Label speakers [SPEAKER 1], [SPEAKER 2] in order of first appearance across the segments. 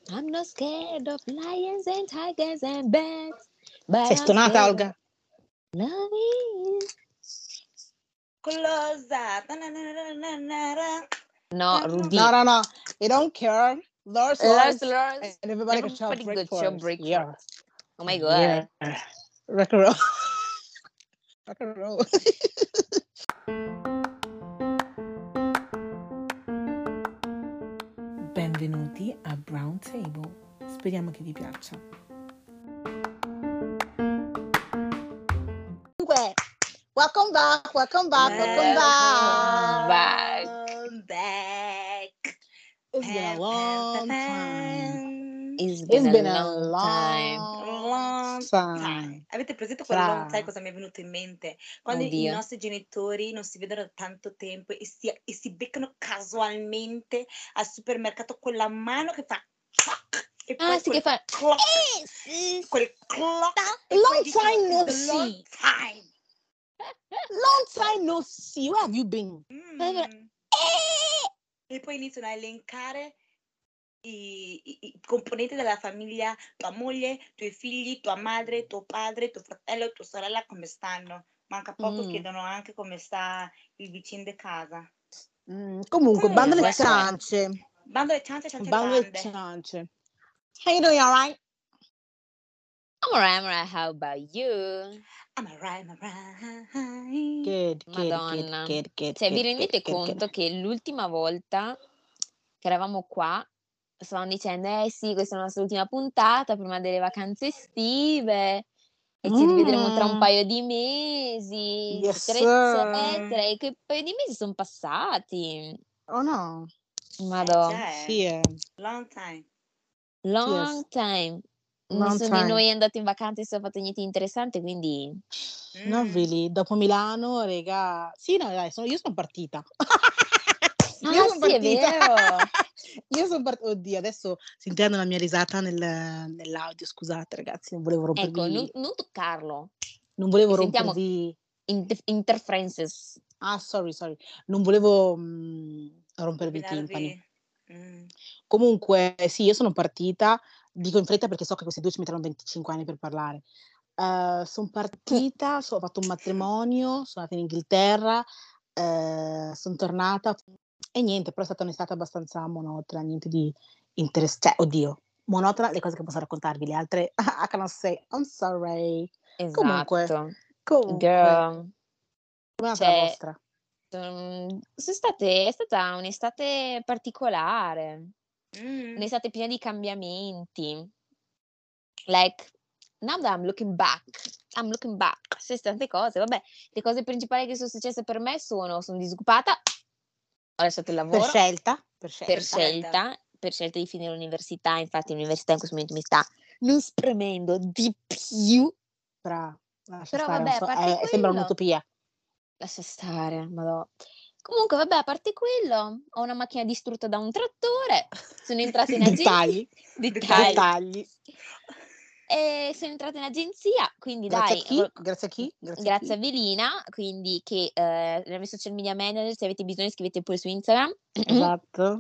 [SPEAKER 1] I'm not scared of lions and tigers and bears, but
[SPEAKER 2] Sei
[SPEAKER 1] I'm
[SPEAKER 2] stonata,
[SPEAKER 1] scared
[SPEAKER 2] Olga?
[SPEAKER 1] of loving.
[SPEAKER 3] Closa.
[SPEAKER 1] No, Rudy.
[SPEAKER 2] No. You don't care. Lars,
[SPEAKER 1] Lars,
[SPEAKER 2] and everybody can show
[SPEAKER 1] everybody
[SPEAKER 2] break
[SPEAKER 1] good show
[SPEAKER 2] first.
[SPEAKER 1] break
[SPEAKER 2] Yeah.
[SPEAKER 1] first. Oh my god.
[SPEAKER 2] Yeah. Rock and roll. Rock and roll. Benvenuti a Brown Table. Speriamo che vi piaccia. Dunque, welcome back.
[SPEAKER 1] Welcome back.
[SPEAKER 2] It's been a long time.
[SPEAKER 1] It's been a long
[SPEAKER 3] time. Avete presente quel long time? Cosa mi è venuto in mente? Quando i
[SPEAKER 1] Oddio.
[SPEAKER 3] nostri genitori non si vedono da tanto tempo e si beccano casualmente al supermercato con la mano che fa e poi
[SPEAKER 1] sì, che fa
[SPEAKER 3] clock, quel clock e
[SPEAKER 2] Long
[SPEAKER 3] poi dicono,
[SPEAKER 2] time no
[SPEAKER 3] "It's the
[SPEAKER 2] see."
[SPEAKER 3] long time.
[SPEAKER 2] Long time no see. Where have you been?
[SPEAKER 3] E poi iniziano a elencare i componenti della famiglia, tua moglie, tuoi figli, tua madre, tuo padre, tuo fratello, tua sorella, come stanno. Manca poco, chiedono anche come sta il vicino di casa.
[SPEAKER 2] Comunque, bando le
[SPEAKER 1] questo è-
[SPEAKER 2] ciance.
[SPEAKER 3] Bando le ciance,
[SPEAKER 2] Bando le
[SPEAKER 3] bande.
[SPEAKER 2] ciance. How you doing, all right?
[SPEAKER 1] I'm alright, how about you?
[SPEAKER 3] I'm alright.
[SPEAKER 2] Good.
[SPEAKER 1] Madonna.
[SPEAKER 2] Good.
[SPEAKER 1] Cioè, vi rendete conto che l'ultima volta che eravamo qua stavamo dicendo, sì, questa è la nostra ultima puntata prima delle vacanze estive e ci rivedremo tra un paio di mesi,
[SPEAKER 2] Yes,
[SPEAKER 1] eccetera, e che paio di mesi sono passati.
[SPEAKER 2] Oh no.
[SPEAKER 1] Madonna.
[SPEAKER 2] Sì,
[SPEAKER 3] Long time.
[SPEAKER 1] Long time. Nessuno di noi è andato in vacanza e si è fatto niente di interessante, quindi...
[SPEAKER 2] Non really. Dopo Milano, raga. Sì, no, dai, io sono partita.
[SPEAKER 1] È vero.
[SPEAKER 2] Io sono partita. Oddio, adesso si intende la mia risata nell'audio. Scusate, ragazzi, non volevo rompervi.
[SPEAKER 1] Ecco, non toccarlo.
[SPEAKER 2] Non volevo
[SPEAKER 1] Sentiamo
[SPEAKER 2] rompervi.
[SPEAKER 1] Interferences.
[SPEAKER 2] Sorry. Non volevo rompervi i timpani. Comunque, sì, io sono partita. Dico in fretta perché so che questi due ci metteranno 25 anni per parlare. Sono partita, ho fatto un matrimonio, sono andata in Inghilterra, sono tornata e niente, però è stata un'estate abbastanza monotona, niente di interessante. Cioè, oddio, monotona le cose che posso raccontarvi, le altre I cannot say, I'm sorry.
[SPEAKER 1] Esatto.
[SPEAKER 2] Comunque,
[SPEAKER 1] Girl.
[SPEAKER 2] come è la vostra?
[SPEAKER 1] È stata un'estate particolare, un'estate piena di cambiamenti. Like, now that I'm looking back, sono tante cose. Vabbè, le cose principali che sono successe per me sono disoccupata, ho lasciato il lavoro. Per scelta di finire l'università. Infatti l'università in questo momento mi sta non spremendo di più.
[SPEAKER 2] Però
[SPEAKER 1] vabbè, a parte quello,
[SPEAKER 2] sembra un'utopia.
[SPEAKER 1] Lascia stare, madò. Comunque, vabbè, a parte quello, ho una macchina distrutta da un trattore, sono entrata in agenzia. Dettagli. E sono entrata in agenzia, quindi
[SPEAKER 2] Grazie
[SPEAKER 1] dai.
[SPEAKER 2] Grazie a chi?
[SPEAKER 1] Grazie a Velina, quindi che la mia social media manager, se avete bisogno scrivete pure su Instagram.
[SPEAKER 2] Esatto.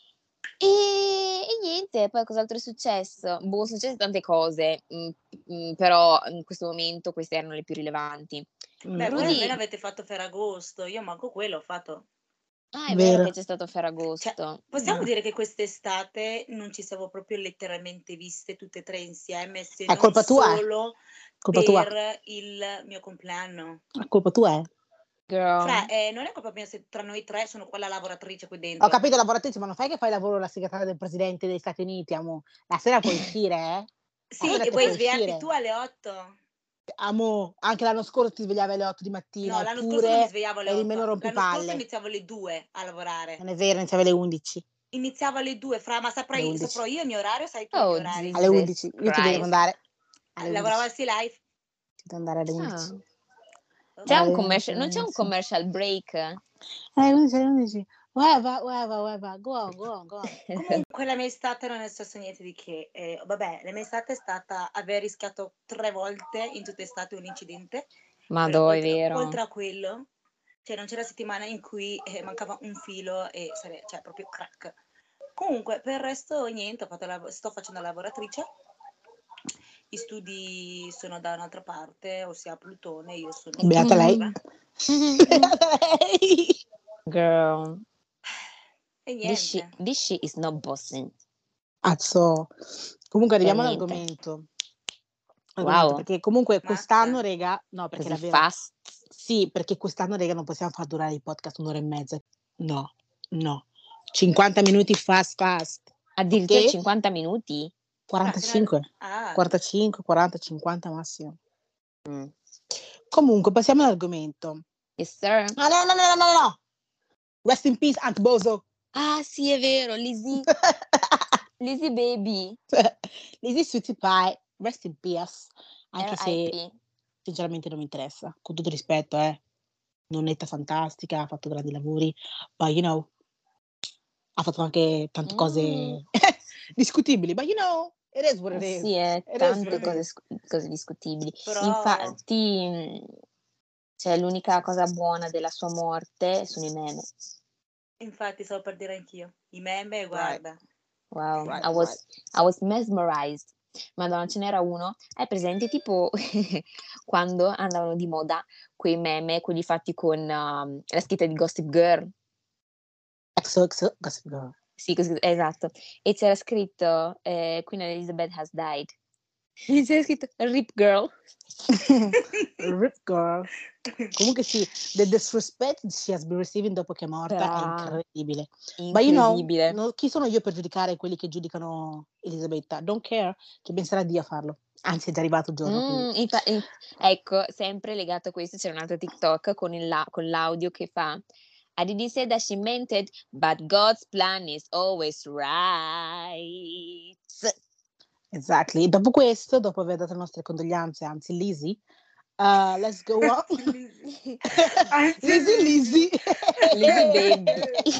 [SPEAKER 1] E niente, poi cos'altro è successo? Sono successe tante cose, però in questo momento queste erano le più rilevanti.
[SPEAKER 3] Beh, voi almeno avete fatto Ferragosto, io manco quello ho fatto.
[SPEAKER 1] È vero che c'è stato Ferragosto.
[SPEAKER 3] Cioè, possiamo dire che quest'estate non ci siamo proprio letteralmente viste tutte e tre insieme, se non
[SPEAKER 2] colpa tua,
[SPEAKER 3] solo
[SPEAKER 2] colpa
[SPEAKER 3] per
[SPEAKER 2] tua.
[SPEAKER 3] il mio compleanno.
[SPEAKER 2] Colpa tua,
[SPEAKER 1] Girl.
[SPEAKER 3] Non è colpa mia se tra noi tre sono quella lavoratrice qui dentro.
[SPEAKER 2] Ho capito, lavoratrice, ma non fai che fai lavoro la segretaria del presidente degli Stati Uniti, amo. La sera puoi uscire, eh?
[SPEAKER 3] Sì, e vuoi svegliarti tu alle 8?
[SPEAKER 2] Amo, anche l'anno scorso ti svegliavi alle 8 di mattina.
[SPEAKER 3] No, l'anno scorso non mi svegliavo alle 8.
[SPEAKER 2] Eri meno rompipalle.
[SPEAKER 3] L'anno scorso iniziavo alle 2 a lavorare.
[SPEAKER 2] Non è vero, iniziavo alle 11.
[SPEAKER 3] Iniziavo alle 2, ma saprò io il mio orario, sai tu il mio orario?
[SPEAKER 2] Alle 11, io ti devo andare.
[SPEAKER 3] Lavoravo al Sea Life.
[SPEAKER 2] Ti devo andare alle 11.
[SPEAKER 1] Non c'è un commercial break?
[SPEAKER 2] Alle 11. Whatever. Go on.
[SPEAKER 3] Comunque la mia estate non è successo niente di che. Vabbè, la mia estate è stata aver rischiato 3 volte in tutta estate un incidente.
[SPEAKER 1] Madò, è vero.
[SPEAKER 3] Oltre a quello, cioè non c'era settimana in cui mancava un filo e cioè proprio crack. Comunque, per il resto niente, sto facendo la lavoratrice, gli studi sono da un'altra parte, ossia a Plutone, io sono
[SPEAKER 2] Beata lei.
[SPEAKER 1] Girl,
[SPEAKER 3] e
[SPEAKER 1] this
[SPEAKER 3] niente.
[SPEAKER 1] shit is not bossing.
[SPEAKER 2] Comunque arriviamo
[SPEAKER 1] niente.
[SPEAKER 2] all'argomento.
[SPEAKER 1] Wow.
[SPEAKER 2] Perché comunque
[SPEAKER 3] Mazza.
[SPEAKER 2] quest'anno, rega, no, perché
[SPEAKER 1] Così
[SPEAKER 2] davvero
[SPEAKER 1] fast.
[SPEAKER 2] sì, perché quest'anno, rega, non possiamo far durare il podcast 1 ora e mezza. No. 50 minuti fast.
[SPEAKER 1] Addirittura
[SPEAKER 2] Ok?
[SPEAKER 1] 50 minuti?
[SPEAKER 2] 45.
[SPEAKER 3] Ah.
[SPEAKER 2] 45, 40, 50 massimo.
[SPEAKER 1] Mm.
[SPEAKER 2] Comunque, passiamo all'argomento.
[SPEAKER 1] Yes, sir.
[SPEAKER 2] No. Rest in peace, Aunt Bozo.
[SPEAKER 1] Ah, sì, è vero, Lizzie. Lizzie baby.
[SPEAKER 2] Lizzie Sweetie Pie, rest in peace. Anche se
[SPEAKER 1] R.I.P.
[SPEAKER 2] sinceramente non mi interessa, con tutto rispetto, nonnetta fantastica, ha fatto grandi lavori, but you know, ha fatto anche tante cose discutibili, but you know, it is what it is.
[SPEAKER 1] Sì, tante cose discutibili.
[SPEAKER 3] Però...
[SPEAKER 1] Infatti, cioè, l'unica cosa buona della sua morte sono i meme.
[SPEAKER 3] Infatti, stavo per dire anch'io. I meme, guarda.
[SPEAKER 1] Wow,
[SPEAKER 2] Right.
[SPEAKER 1] I was mesmerized. Madonna, ce n'era uno. Hai presente tipo quando andavano di moda quei meme, quelli fatti con la scritta di Gossip Girl?
[SPEAKER 2] XOXO, Gossip Girl.
[SPEAKER 1] Sì, esatto. E c'era scritto Queen Elizabeth has died. E c'era scritto Rip Girl.
[SPEAKER 2] Rip Girl. Comunque sì, the disrespect she has been receiving dopo che è morta è incredibile. Ma chi sono io per giudicare quelli che giudicano Elisabetta? Don't care, che ben sarà Dio a farlo. Anzi, è già arrivato il giorno.
[SPEAKER 1] Ecco, sempre legato a questo c'era un altro TikTok con l'audio che fa I didn't say that she meant it, but God's plan is always right.
[SPEAKER 2] Exactly. Dopo questo, dopo aver dato le nostre condoglianze, anzi Lizzie, let's go on. Lizzie.
[SPEAKER 1] Lizzie baby.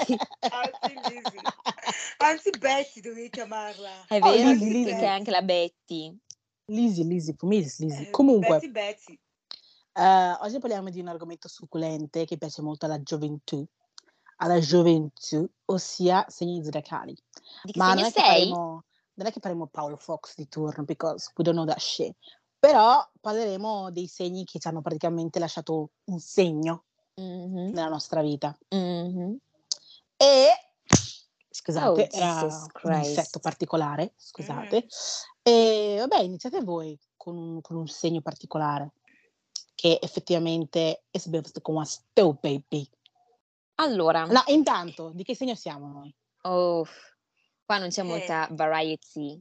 [SPEAKER 3] Anzi Betty dovevi chiamarla.
[SPEAKER 1] È vero,
[SPEAKER 2] Lizzie.
[SPEAKER 1] che è anche la Betty.
[SPEAKER 2] Lizzie, for me is Lizzie. Comunque,
[SPEAKER 3] Betty.
[SPEAKER 2] oggi parliamo di un argomento succulente che piace molto alla gioventù, ossia segni zodiacali.
[SPEAKER 1] Di che
[SPEAKER 2] Ma
[SPEAKER 1] segno sei?
[SPEAKER 2] non è che faremo Paolo Fox di turno, because we don't know that shit. Però parleremo dei segni che ci hanno praticamente lasciato un segno nella nostra vita. E scusate, era un insetto particolare, scusate. E vabbè, iniziate voi con un segno particolare che effettivamente è supposed to come a baby.
[SPEAKER 1] Allora.
[SPEAKER 2] No, intanto, di che segno siamo noi?
[SPEAKER 1] Oh, qua non c'è molta variety.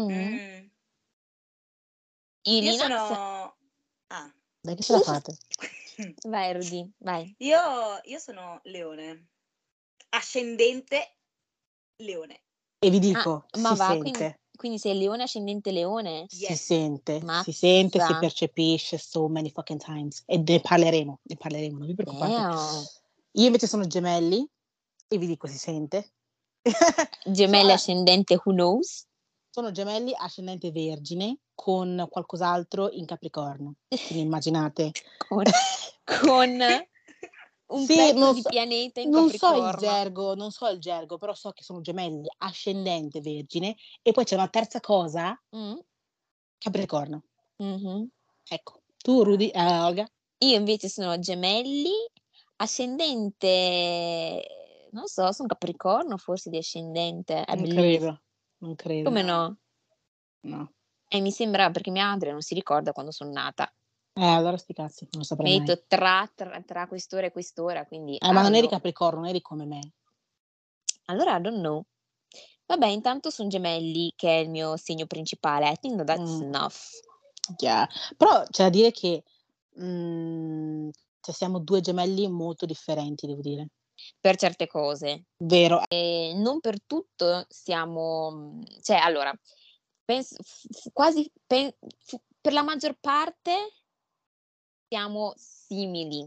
[SPEAKER 3] Io sono...
[SPEAKER 2] Dai che ce la fate?
[SPEAKER 1] Vai Rudy, vai.
[SPEAKER 3] Io sono Leone. Ascendente Leone.
[SPEAKER 2] E vi dico, si sente.
[SPEAKER 1] Quindi sei Leone ascendente Leone?
[SPEAKER 2] Si sente, si percepisce so many fucking times. E ne parleremo, non vi preoccupate. Io invece sono Gemelli e vi dico, si sente.
[SPEAKER 1] Gemelli ascendente who knows?
[SPEAKER 2] Sono Gemelli ascendente Vergine con qualcos'altro in Capricorno. Quindi immaginate.
[SPEAKER 1] con un pezzo di pianeta in Capricorno.
[SPEAKER 2] Non so il gergo, però so che sono Gemelli ascendente Vergine e poi c'è una terza cosa, Capricorno. Ecco, tu Rudy, Olga?
[SPEAKER 1] Io invece sono Gemelli ascendente, non so, sono Capricorno forse di ascendente.
[SPEAKER 2] Non credo.
[SPEAKER 1] Come no?
[SPEAKER 2] No.
[SPEAKER 1] E mi sembra perché mia madre non si ricorda quando sono nata.
[SPEAKER 2] Allora sti cazzi, non lo saprei mai.
[SPEAKER 1] Mi ha detto tra quest'ora e quest'ora, quindi...
[SPEAKER 2] ma non eri Capricorno, non eri come me.
[SPEAKER 1] Allora, I don't know. Vabbè, intanto sono Gemelli, che è il mio segno principale. I think that's enough.
[SPEAKER 2] Yeah. Però c'è da dire che cioè siamo due gemelli molto differenti, devo dire.
[SPEAKER 1] Per certe cose.
[SPEAKER 2] Vero.
[SPEAKER 1] E non per tutto siamo... Cioè, allora, penso, per la maggior parte siamo simili.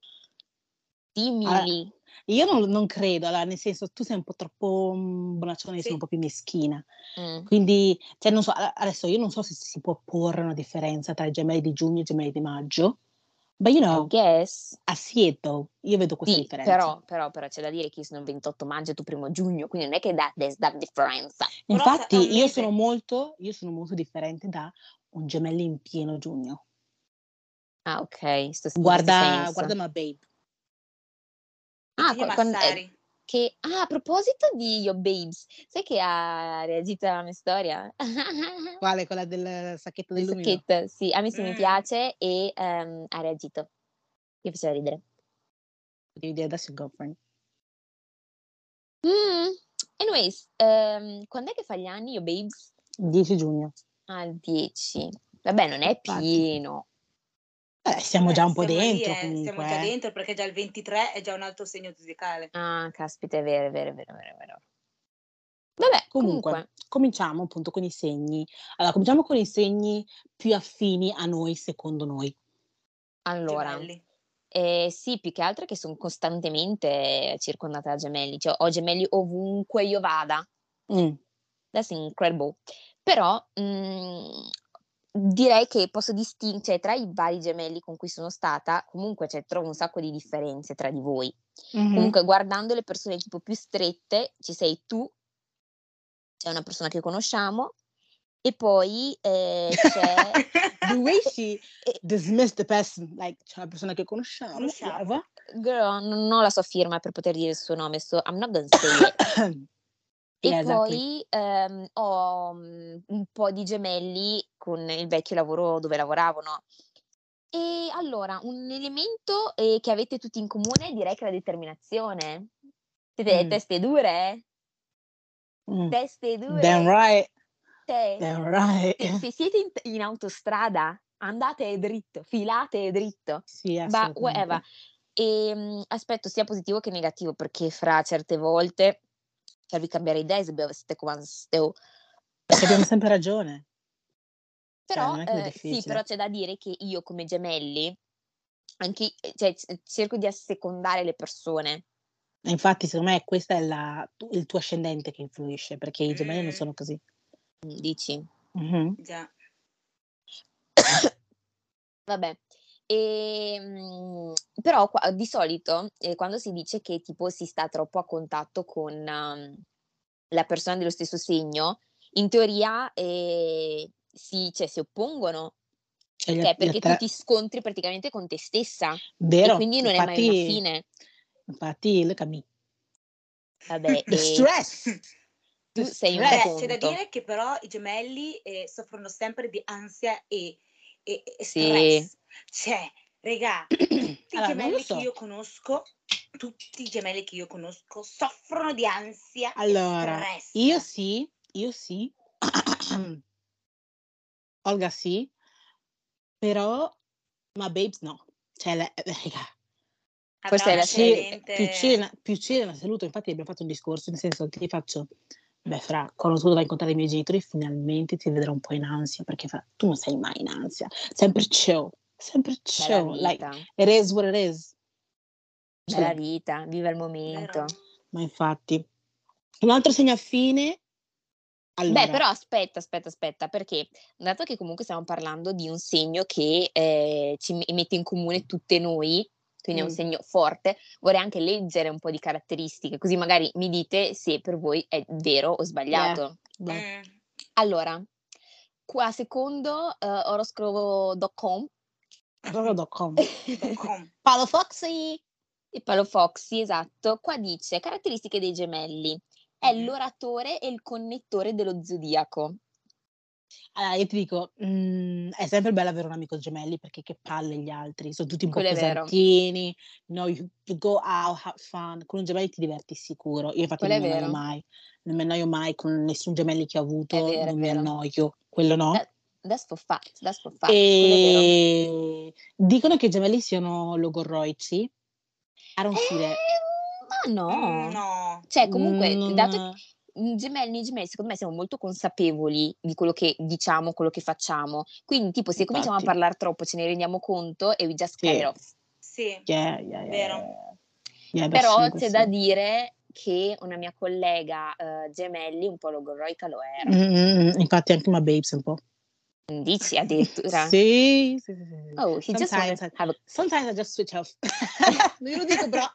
[SPEAKER 2] Io non credo, nel senso, tu sei un po' troppo bonaccione, io sono un po' più meschina. Quindi, cioè, non so, adesso io non so se si può porre una differenza tra i gemelli di giugno e i gemelli di maggio, But you
[SPEAKER 1] I
[SPEAKER 2] know,
[SPEAKER 1] guess.
[SPEAKER 2] I see it though. Io vedo questa
[SPEAKER 1] Sì,
[SPEAKER 2] differenza.
[SPEAKER 1] però c'è da dire che io sono il 28 maggio e tu 1 giugno, quindi non è che there's that differenza.
[SPEAKER 3] Però è un
[SPEAKER 2] Infatti io
[SPEAKER 3] mese.
[SPEAKER 2] sono molto differente da un gemelli in pieno giugno.
[SPEAKER 1] Ah, ok, in questo
[SPEAKER 2] Guarda
[SPEAKER 1] senso.
[SPEAKER 2] ma Babe.
[SPEAKER 3] Virginia Massari.
[SPEAKER 1] A proposito di Yo Babes, sai che ha reagito alla mia storia?
[SPEAKER 2] Quale? Quella del sacchetto
[SPEAKER 1] Del
[SPEAKER 2] dell'umido?
[SPEAKER 1] sacchetto, sì, ha messo mi piace e ha reagito. Mi faceva ridere.
[SPEAKER 2] Devi dire that's your girlfriend.
[SPEAKER 1] Anyways, quando è che fa gli anni Yo Babes?
[SPEAKER 2] 10 giugno.
[SPEAKER 1] Il 10. Vabbè, non è
[SPEAKER 2] Infatti.
[SPEAKER 1] pieno.
[SPEAKER 2] Siamo già un po'
[SPEAKER 3] Siamo lì,
[SPEAKER 2] dentro
[SPEAKER 3] siamo
[SPEAKER 2] comunque.
[SPEAKER 3] già dentro perché già il 23 è già un altro segno zodiacale.
[SPEAKER 1] Ah, caspita, è vero. Vabbè, comunque.
[SPEAKER 2] Cominciamo appunto con i segni. Allora, cominciamo con i segni più affini a noi, secondo noi.
[SPEAKER 1] Allora,
[SPEAKER 3] Gemelli.
[SPEAKER 1] sì, più che altro che sono costantemente circondata da gemelli, cioè ho gemelli ovunque io vada. That's incredible. Però direi che posso cioè tra i vari gemelli con cui sono stata, comunque trovo un sacco di differenze tra di voi. Comunque guardando le persone tipo più strette, ci sei tu, c'è una persona che conosciamo, e poi c'è
[SPEAKER 2] The way she dismissed the person, like c'è una persona che conosciamo.
[SPEAKER 1] Girl, non ho la sua firma per poter dire il suo nome, so I'm not gonna say it.
[SPEAKER 2] Yeah,
[SPEAKER 1] E poi ho un po' di gemelli con il vecchio lavoro dove lavoravo, no? E allora, un elemento che avete tutti in comune direi che è la determinazione. Siete teste dure? Teste dure?
[SPEAKER 2] Damn right.
[SPEAKER 1] Cioè,
[SPEAKER 2] Damn right.
[SPEAKER 1] se siete in autostrada, andate dritto, filate dritto.
[SPEAKER 2] Sì,
[SPEAKER 1] But whatever. Aspetto sia positivo che negativo, perché fra certe volte farvi cambiare idee se siete come steu.
[SPEAKER 2] Perché abbiamo sempre ragione.
[SPEAKER 1] Però,
[SPEAKER 2] non è così difficile.
[SPEAKER 1] sì, però c'è da dire che io come gemelli, anche, cioè, cerco di assecondare le persone.
[SPEAKER 2] Infatti, secondo me, questo è il tuo ascendente che influisce, perché i gemelli non sono così.
[SPEAKER 1] Dici?
[SPEAKER 3] Già.
[SPEAKER 1] Vabbè. Però di solito, quando si dice che tipo si sta troppo a contatto con la persona dello stesso segno, in teoria si oppongono.
[SPEAKER 2] Cioè,
[SPEAKER 1] Perché tu ti scontri praticamente con te stessa.
[SPEAKER 2] Vero,
[SPEAKER 1] E quindi non è mai una fine.
[SPEAKER 2] Infatti, look at me.
[SPEAKER 1] Vabbè,
[SPEAKER 2] The stress!
[SPEAKER 1] Tu sei un
[SPEAKER 3] Beh,
[SPEAKER 1] conto.
[SPEAKER 3] c'è da dire che però i gemelli soffrono sempre di ansia e
[SPEAKER 1] Sì.
[SPEAKER 3] stress. Cioè, regà, tutti i
[SPEAKER 2] Allora, non lo
[SPEAKER 3] gemelli
[SPEAKER 2] so.
[SPEAKER 3] che io conosco soffrono di ansia
[SPEAKER 2] Allora,
[SPEAKER 3] e stress.
[SPEAKER 2] io sì. Olga sì, però ma Babes no. Cioè, raga,
[SPEAKER 1] Forse è la
[SPEAKER 2] più chill in assoluto. Infatti abbiamo fatto un discorso, nel senso che ti faccio, quando tu vai a incontrare i miei genitori finalmente ti vedrò un po' in ansia, perché tu non sei mai in ansia, sempre chill, like it is what it is.
[SPEAKER 1] Bella vita, viva il momento.
[SPEAKER 2] Ma infatti. Un altro segno affine. Allora.
[SPEAKER 1] Beh, però aspetta, perché dato che comunque stiamo parlando di un segno che ci mette in comune tutte noi, quindi è un segno forte, vorrei anche leggere un po' di caratteristiche, così magari mi dite se per voi è vero o sbagliato. Allora, qua secondo horoscope.com
[SPEAKER 2] Palofoxy!
[SPEAKER 1] Il Palofoxy, esatto, qua dice caratteristiche dei gemelli. È l'oratore e il connettore dello zodiaco.
[SPEAKER 2] Allora, io ti dico, è sempre bello avere un amico gemelli, perché che palle gli altri, sono tutti un po' pesantini, no, you go out, have fun. Con un gemelli ti diverti sicuro. Io infatti non mi annoio mai con nessun gemelli che ho avuto, non mi annoio, quello no.
[SPEAKER 1] That's for fact.
[SPEAKER 2] E dicono che i gemelli siano logorroici. I don't see that.
[SPEAKER 1] Ma no. Cioè, comunque, dato che i gemelli, secondo me siamo molto consapevoli di quello che diciamo, quello che facciamo. Quindi, tipo, se cominciamo a parlare troppo, ce ne rendiamo conto e we just cut it off.
[SPEAKER 3] Sì,
[SPEAKER 2] vero.
[SPEAKER 1] Però c'è da dire che una mia collega gemelli un po' logorroica lo era.
[SPEAKER 2] Infatti anche una Babes un po'.
[SPEAKER 1] Dici addirittura?
[SPEAKER 2] Sì.
[SPEAKER 1] Oh, he just wanted to have a...
[SPEAKER 2] Sometimes I just switch off. Io lo dico, però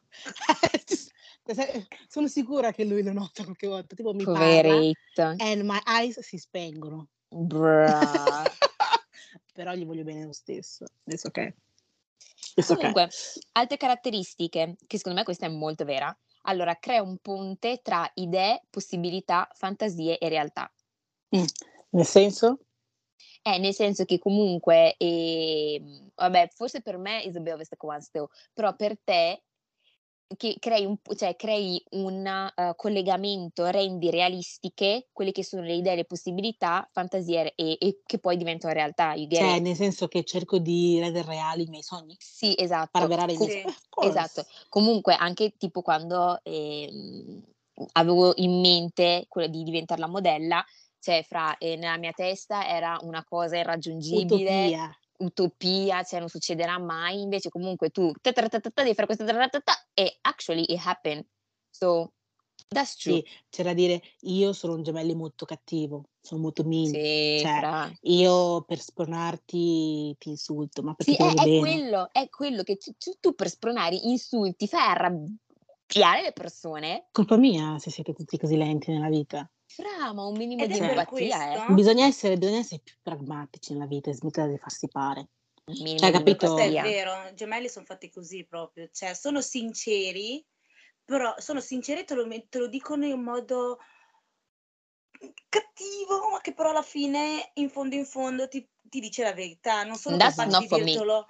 [SPEAKER 2] sono sicura che lui lo nota qualche volta. Tipo mi parla
[SPEAKER 1] Poveretto.
[SPEAKER 2] and my eyes si spengono.
[SPEAKER 1] Bruh.
[SPEAKER 2] Però gli voglio bene lo stesso. It's okay.
[SPEAKER 1] Comunque, altre caratteristiche, che secondo me questa è molto vera. Allora, crea un ponte tra idee, possibilità, fantasie e realtà.
[SPEAKER 2] Nel senso?
[SPEAKER 1] Nel senso che comunque, vabbè, forse per me is a bit of a second still, però per te che crei un collegamento, rendi realistiche quelle che sono le idee, le possibilità, fantasie e che poi diventano realtà, you get
[SPEAKER 2] Cioè,
[SPEAKER 1] it?
[SPEAKER 2] nel senso che cerco di rendere reali i miei sogni?
[SPEAKER 1] Sì, esatto.
[SPEAKER 2] Per avverare i miei
[SPEAKER 3] Sì.
[SPEAKER 2] sogni? Of course.
[SPEAKER 1] Esatto. Comunque anche tipo quando, avevo in mente quello di diventar la modella, cioè nella mia testa era una cosa irraggiungibile, utopia, cioè non succederà mai, invece comunque tu devi fare questo e actually it happened. So that's true.
[SPEAKER 2] Sì, c'è da dire, io sono un gemelli molto cattivo, sono molto mean.
[SPEAKER 1] Sì,
[SPEAKER 2] Cioè, io per spronarti ti insulto, ma perché
[SPEAKER 1] sì,
[SPEAKER 2] ti voglio bene.
[SPEAKER 1] è quello che tu per spronare insulti, fai arrabbiare le persone.
[SPEAKER 2] Colpa mia se siete tutti così lenti nella vita.
[SPEAKER 1] Ma un minimo
[SPEAKER 3] Ed
[SPEAKER 1] di
[SPEAKER 3] è per
[SPEAKER 1] empatia,
[SPEAKER 3] questo
[SPEAKER 2] Bisogna essere più pragmatici nella vita e smettere di farsi pare.
[SPEAKER 1] Un minimo
[SPEAKER 2] Cioè,
[SPEAKER 1] di
[SPEAKER 2] capito?
[SPEAKER 3] Questo è
[SPEAKER 1] empatia.
[SPEAKER 3] vero, gemelli sono fatti così proprio, cioè sono sinceri, però sono sinceri e te lo dicono in modo cattivo, ma che però alla fine, in fondo, ti dice la verità, non sono
[SPEAKER 1] That's
[SPEAKER 3] capaci
[SPEAKER 1] not
[SPEAKER 3] di
[SPEAKER 1] for me.
[SPEAKER 3] dirtelo,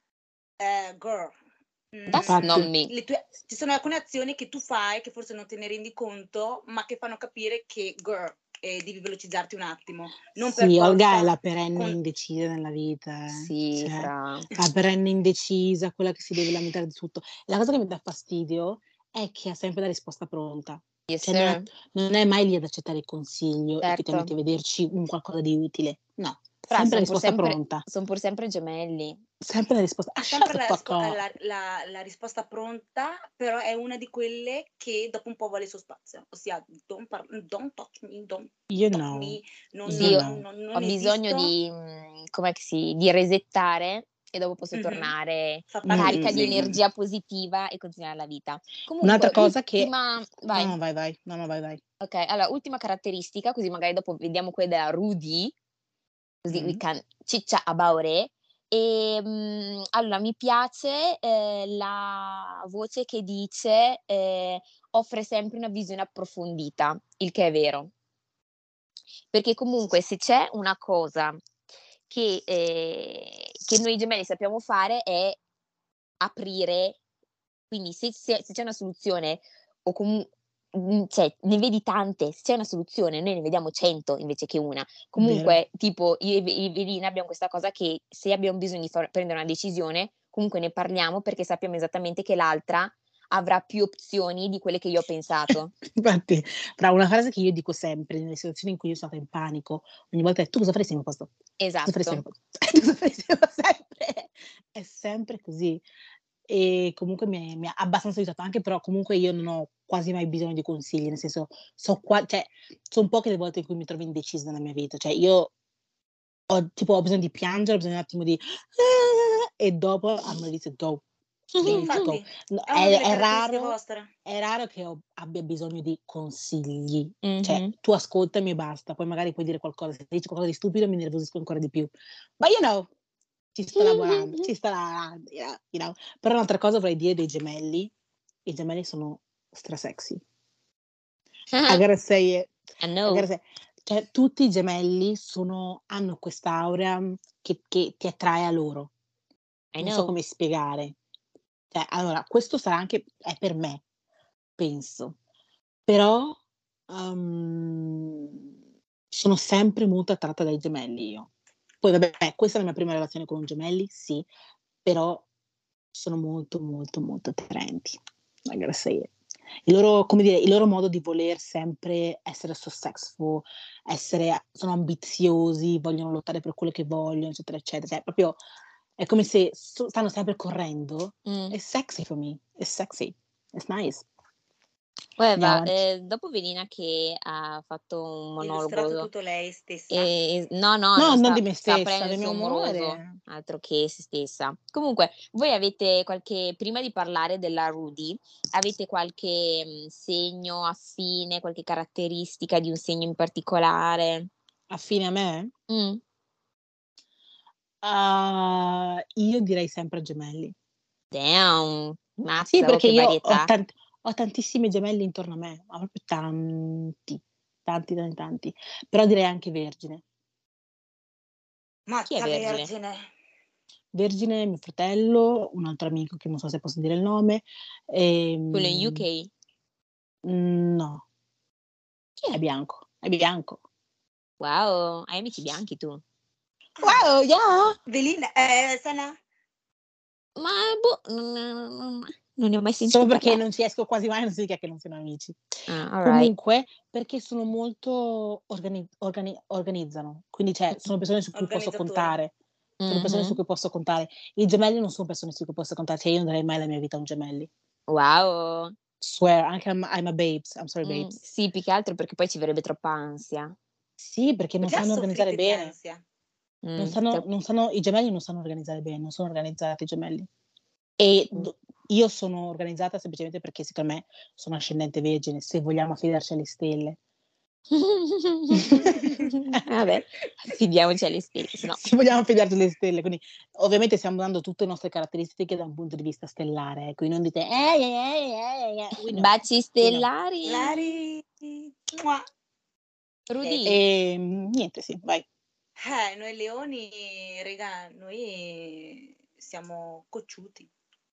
[SPEAKER 3] girl.
[SPEAKER 1] That's not me.
[SPEAKER 3] Ci sono alcune azioni che tu fai che forse non te ne rendi conto, ma che fanno capire che, girl, devi velocizzarti un attimo. Non per
[SPEAKER 2] Sì, Olga è
[SPEAKER 3] forza
[SPEAKER 2] la perenne indecisa nella vita.
[SPEAKER 1] Sì,
[SPEAKER 2] Cioè,
[SPEAKER 1] fra.
[SPEAKER 2] la perenne indecisa, quella che si deve lamentare di tutto. La cosa che mi dà fastidio è che ha sempre la risposta pronta.
[SPEAKER 1] Yes,
[SPEAKER 2] Cioè,
[SPEAKER 1] sir.
[SPEAKER 2] non è mai lì ad accettare il consiglio e che ti
[SPEAKER 1] Certo.
[SPEAKER 2] metti a vederci un qualcosa di utile. No,
[SPEAKER 1] Fra,
[SPEAKER 2] sempre la risposta pronta.
[SPEAKER 1] sono pur sempre gemelli.
[SPEAKER 2] Sempre la risposta.
[SPEAKER 3] È
[SPEAKER 2] Shut
[SPEAKER 3] sempre
[SPEAKER 2] the fuck up.
[SPEAKER 3] la risposta pronta, però è una di quelle che dopo un po' vuole il suo spazio, ossia don't touch me, don't
[SPEAKER 2] You
[SPEAKER 3] talk
[SPEAKER 2] know.
[SPEAKER 3] me, non,
[SPEAKER 1] Sì,
[SPEAKER 3] non, non,
[SPEAKER 1] ho
[SPEAKER 3] non
[SPEAKER 1] bisogno
[SPEAKER 3] esisto.
[SPEAKER 1] di, di resettare e dopo posso
[SPEAKER 3] Mhm.
[SPEAKER 1] tornare
[SPEAKER 3] Fa parte
[SPEAKER 1] carica di
[SPEAKER 3] sì.
[SPEAKER 1] energia positiva e continuare la vita.
[SPEAKER 2] Un'altra
[SPEAKER 1] Comunque,
[SPEAKER 2] cosa che...
[SPEAKER 1] vai.
[SPEAKER 2] No, vai. No, vai.
[SPEAKER 1] Ok, allora, ultima caratteristica, così magari dopo vediamo quella della Rudy, così we can ciccia about it. Allora, mi piace la voce che dice offre sempre una visione approfondita, il che è vero. Perché comunque se c'è una cosa che noi gemelli sappiamo fare è aprire, quindi se c'è una soluzione o cioè ne vedi tante, se c'è una soluzione noi ne vediamo 100 invece che una. Comunque tipo io e Evelina abbiamo questa cosa che se abbiamo bisogno di prendere una decisione, comunque ne parliamo perché sappiamo esattamente che l'altra avrà più opzioni di quelle che io ho pensato.
[SPEAKER 2] Infatti, fra una frase che io dico sempre nelle situazioni in cui io sono stata in panico, ogni volta è: "Tu cosa faresti al mio posto?
[SPEAKER 1] Esatto.
[SPEAKER 2] Cosa faresti al mio posto?" Tu cosa faresti? Sempre è sempre così. E comunque mi ha abbastanza aiutato, anche però comunque io non ho quasi mai bisogno di consigli, nel senso cioè son poche le volte in cui mi trovo indecisa nella mia vita. Cioè io ho bisogno di piangere, ho bisogno un attimo di e dopo I'm ready to go.
[SPEAKER 3] Sì,
[SPEAKER 2] Ready to go.
[SPEAKER 3] infatti,
[SPEAKER 2] No,
[SPEAKER 3] è una delle
[SPEAKER 2] è
[SPEAKER 3] caratteristiche
[SPEAKER 2] raro
[SPEAKER 3] vostre.
[SPEAKER 2] è raro che abbia bisogno di consigli. Cioè,
[SPEAKER 1] Mh-mh.
[SPEAKER 2] tu ascoltami e basta, poi magari puoi dire qualcosa. Se dici qualcosa di stupido mi innervosisco ancora di più. But you know, ci sto lavorando, you know. Però un'altra cosa vorrei dire dei gemelli: i gemelli sono sexy. I gotta say it.
[SPEAKER 1] I know.
[SPEAKER 2] Cioè, tutti i gemelli hanno quest'aura che ti attrae a loro.
[SPEAKER 1] I
[SPEAKER 2] Non so
[SPEAKER 1] know.
[SPEAKER 2] come spiegare. Cioè, allora, questo è per me, penso. Però, sono sempre molto attratta dai gemelli io. Poi vabbè, questa è la mia prima relazione con un gemelli, sì, però sono molto, molto, molto attraenti. I gotta say it. Il loro modo di voler sempre essere successful, sono ambiziosi, vogliono lottare per quello che vogliono, eccetera, eccetera. Cioè, proprio è come se stanno sempre correndo. It's sexy for me. It's sexy. It's nice.
[SPEAKER 1] Dopo Velina che ha fatto un
[SPEAKER 3] Illustrato
[SPEAKER 1] monologo,
[SPEAKER 3] tutto lei stessa.
[SPEAKER 1] no,
[SPEAKER 2] non di me
[SPEAKER 1] sta
[SPEAKER 2] stessa,
[SPEAKER 1] aprendo il
[SPEAKER 2] del
[SPEAKER 1] suo
[SPEAKER 2] mio
[SPEAKER 1] moroso,
[SPEAKER 2] amore.
[SPEAKER 1] altro che se stessa. Comunque, voi avete prima di parlare della Rudy, avete qualche segno affine, qualche caratteristica di un segno in particolare?
[SPEAKER 2] Affine a me?
[SPEAKER 1] Mm.
[SPEAKER 2] Io direi sempre gemelli.
[SPEAKER 1] Damn,
[SPEAKER 2] Sì,
[SPEAKER 1] mazza,
[SPEAKER 2] perché
[SPEAKER 1] che
[SPEAKER 2] io
[SPEAKER 1] varietà.
[SPEAKER 2] ho tantissimi gemelli intorno a me, ma proprio tanti. Però direi anche Vergine.
[SPEAKER 1] Chi è
[SPEAKER 3] Mazza
[SPEAKER 1] Vergine?
[SPEAKER 3] Vergine.
[SPEAKER 2] Vergine, mio fratello, un altro amico che non so se posso dire il nome.
[SPEAKER 1] Quello in UK?
[SPEAKER 2] No,
[SPEAKER 1] Chi
[SPEAKER 2] è
[SPEAKER 1] è?
[SPEAKER 2] bianco.
[SPEAKER 1] Wow, hai amici bianchi tu?
[SPEAKER 2] Wow, yeah!
[SPEAKER 3] Velina, Sana?
[SPEAKER 1] Ma non ne ho mai sentito
[SPEAKER 2] Solo perché
[SPEAKER 1] parlare.
[SPEAKER 2] non ci esco quasi mai, non significa che non siano amici.
[SPEAKER 1] Ah, all right.
[SPEAKER 2] Comunque, perché sono molto organizzano, quindi sono persone su cui posso contare. Sono persone su cui posso contare. I gemelli non sono persone su cui posso contare, cioè io non darei mai la mia vita a un gemelli.
[SPEAKER 1] Wow.
[SPEAKER 2] Swear, anche I'm a babes, I'm sorry babes.
[SPEAKER 1] Sì, più che altro perché poi ci verrebbe troppa ansia.
[SPEAKER 2] Sì, perché non sanno organizzare bene.
[SPEAKER 3] Ansia.
[SPEAKER 2] I gemelli non sanno organizzare bene, non sono organizzati i gemelli. E io sono organizzata semplicemente perché secondo me sono ascendente Vergine, se vogliamo affidarci alle stelle.
[SPEAKER 1] Vabbè, affidiamoci alle stelle, no.
[SPEAKER 2] Se vogliamo affidarci alle stelle, quindi ovviamente stiamo dando tutte le nostre caratteristiche da un punto di vista stellare, quindi non dite
[SPEAKER 1] baci stellari. Rudy.
[SPEAKER 2] E niente, sì, vai.
[SPEAKER 3] Noi leoni, raga, noi siamo cocciuti.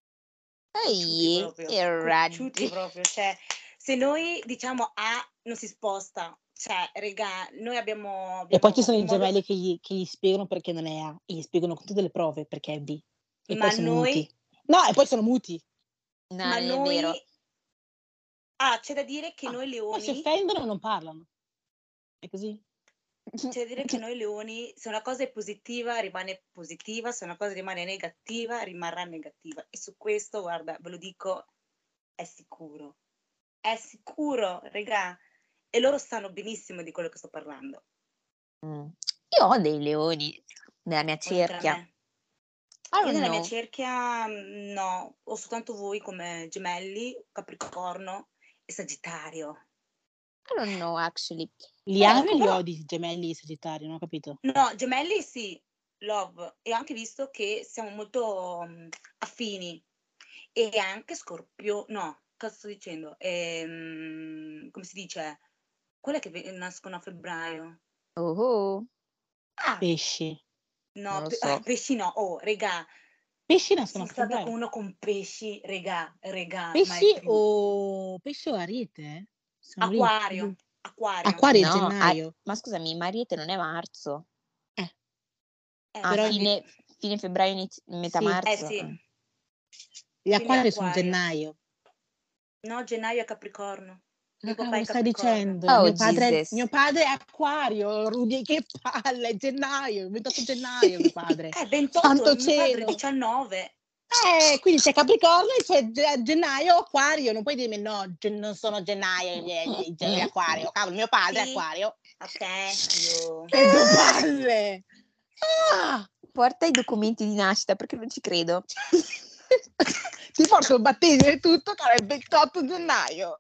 [SPEAKER 3] Cocciuti proprio, cioè se noi diciamo A non si sposta, cioè raga, noi abbiamo
[SPEAKER 2] e poi ci sono i gemelli che gli spiegano perché non è A e gli spiegano con tutte le prove perché è B e poi sono muti. No, e poi sono muti.
[SPEAKER 1] No, non è vero.
[SPEAKER 3] C'è da dire che noi leoni
[SPEAKER 2] poi si offendono e non parlano. È così.
[SPEAKER 3] C'è da dire che noi leoni, se una cosa è positiva rimane positiva, se una cosa rimane negativa rimarrà negativa. E su questo, guarda, ve lo dico, è sicuro, regà. E loro sanno benissimo di quello che sto parlando.
[SPEAKER 1] Io ho dei leoni nella mia cerchia.
[SPEAKER 3] Io nella mia cerchia no, ho soltanto voi come gemelli, Capricorno e Sagittario.
[SPEAKER 1] I don't know, actually.
[SPEAKER 2] Li ami o li odi gemelli e Sagittario? Non ho capito.
[SPEAKER 3] No, gemelli sì, love. E ho anche visto che siamo molto affini. E anche Scorpio, no, cosa sto dicendo? Come si dice? Quelle che nascono a febbraio.
[SPEAKER 2] Pesci.
[SPEAKER 3] No,
[SPEAKER 1] non lo so.
[SPEAKER 3] pesci no. Oh, regà.
[SPEAKER 2] Pesci nascono
[SPEAKER 3] Sono
[SPEAKER 2] a febbraio.
[SPEAKER 3] stata con uno con pesci, regà.
[SPEAKER 2] Pesci o Ariete?
[SPEAKER 3] Acquario.
[SPEAKER 2] Acquario è gennaio.
[SPEAKER 1] Ma scusami, Mariette non è marzo?
[SPEAKER 2] Però
[SPEAKER 1] fine febbraio, metà marzo?
[SPEAKER 3] Sì.
[SPEAKER 2] Gli acquari sono gennaio.
[SPEAKER 3] No, gennaio è Capricorno.
[SPEAKER 2] Che cavolo stai dicendo?
[SPEAKER 1] Oh,
[SPEAKER 2] mio padre è acquario, Rudy, che palle, è gennaio, è inventato gennaio mio padre.
[SPEAKER 3] 28,
[SPEAKER 2] Santo
[SPEAKER 3] mio
[SPEAKER 2] cielo.
[SPEAKER 3] padre 19.
[SPEAKER 2] Quindi c'è Capricorno e c'è gennaio acquario, non puoi dirmi no, non sono gennaio gli acquario, cavolo, mio padre è acquario.
[SPEAKER 3] Ok,
[SPEAKER 2] Che due palle!
[SPEAKER 1] Porta i documenti di nascita perché non ci credo.
[SPEAKER 2] Ti porto il battesimo e tutto che era il 28 gennaio.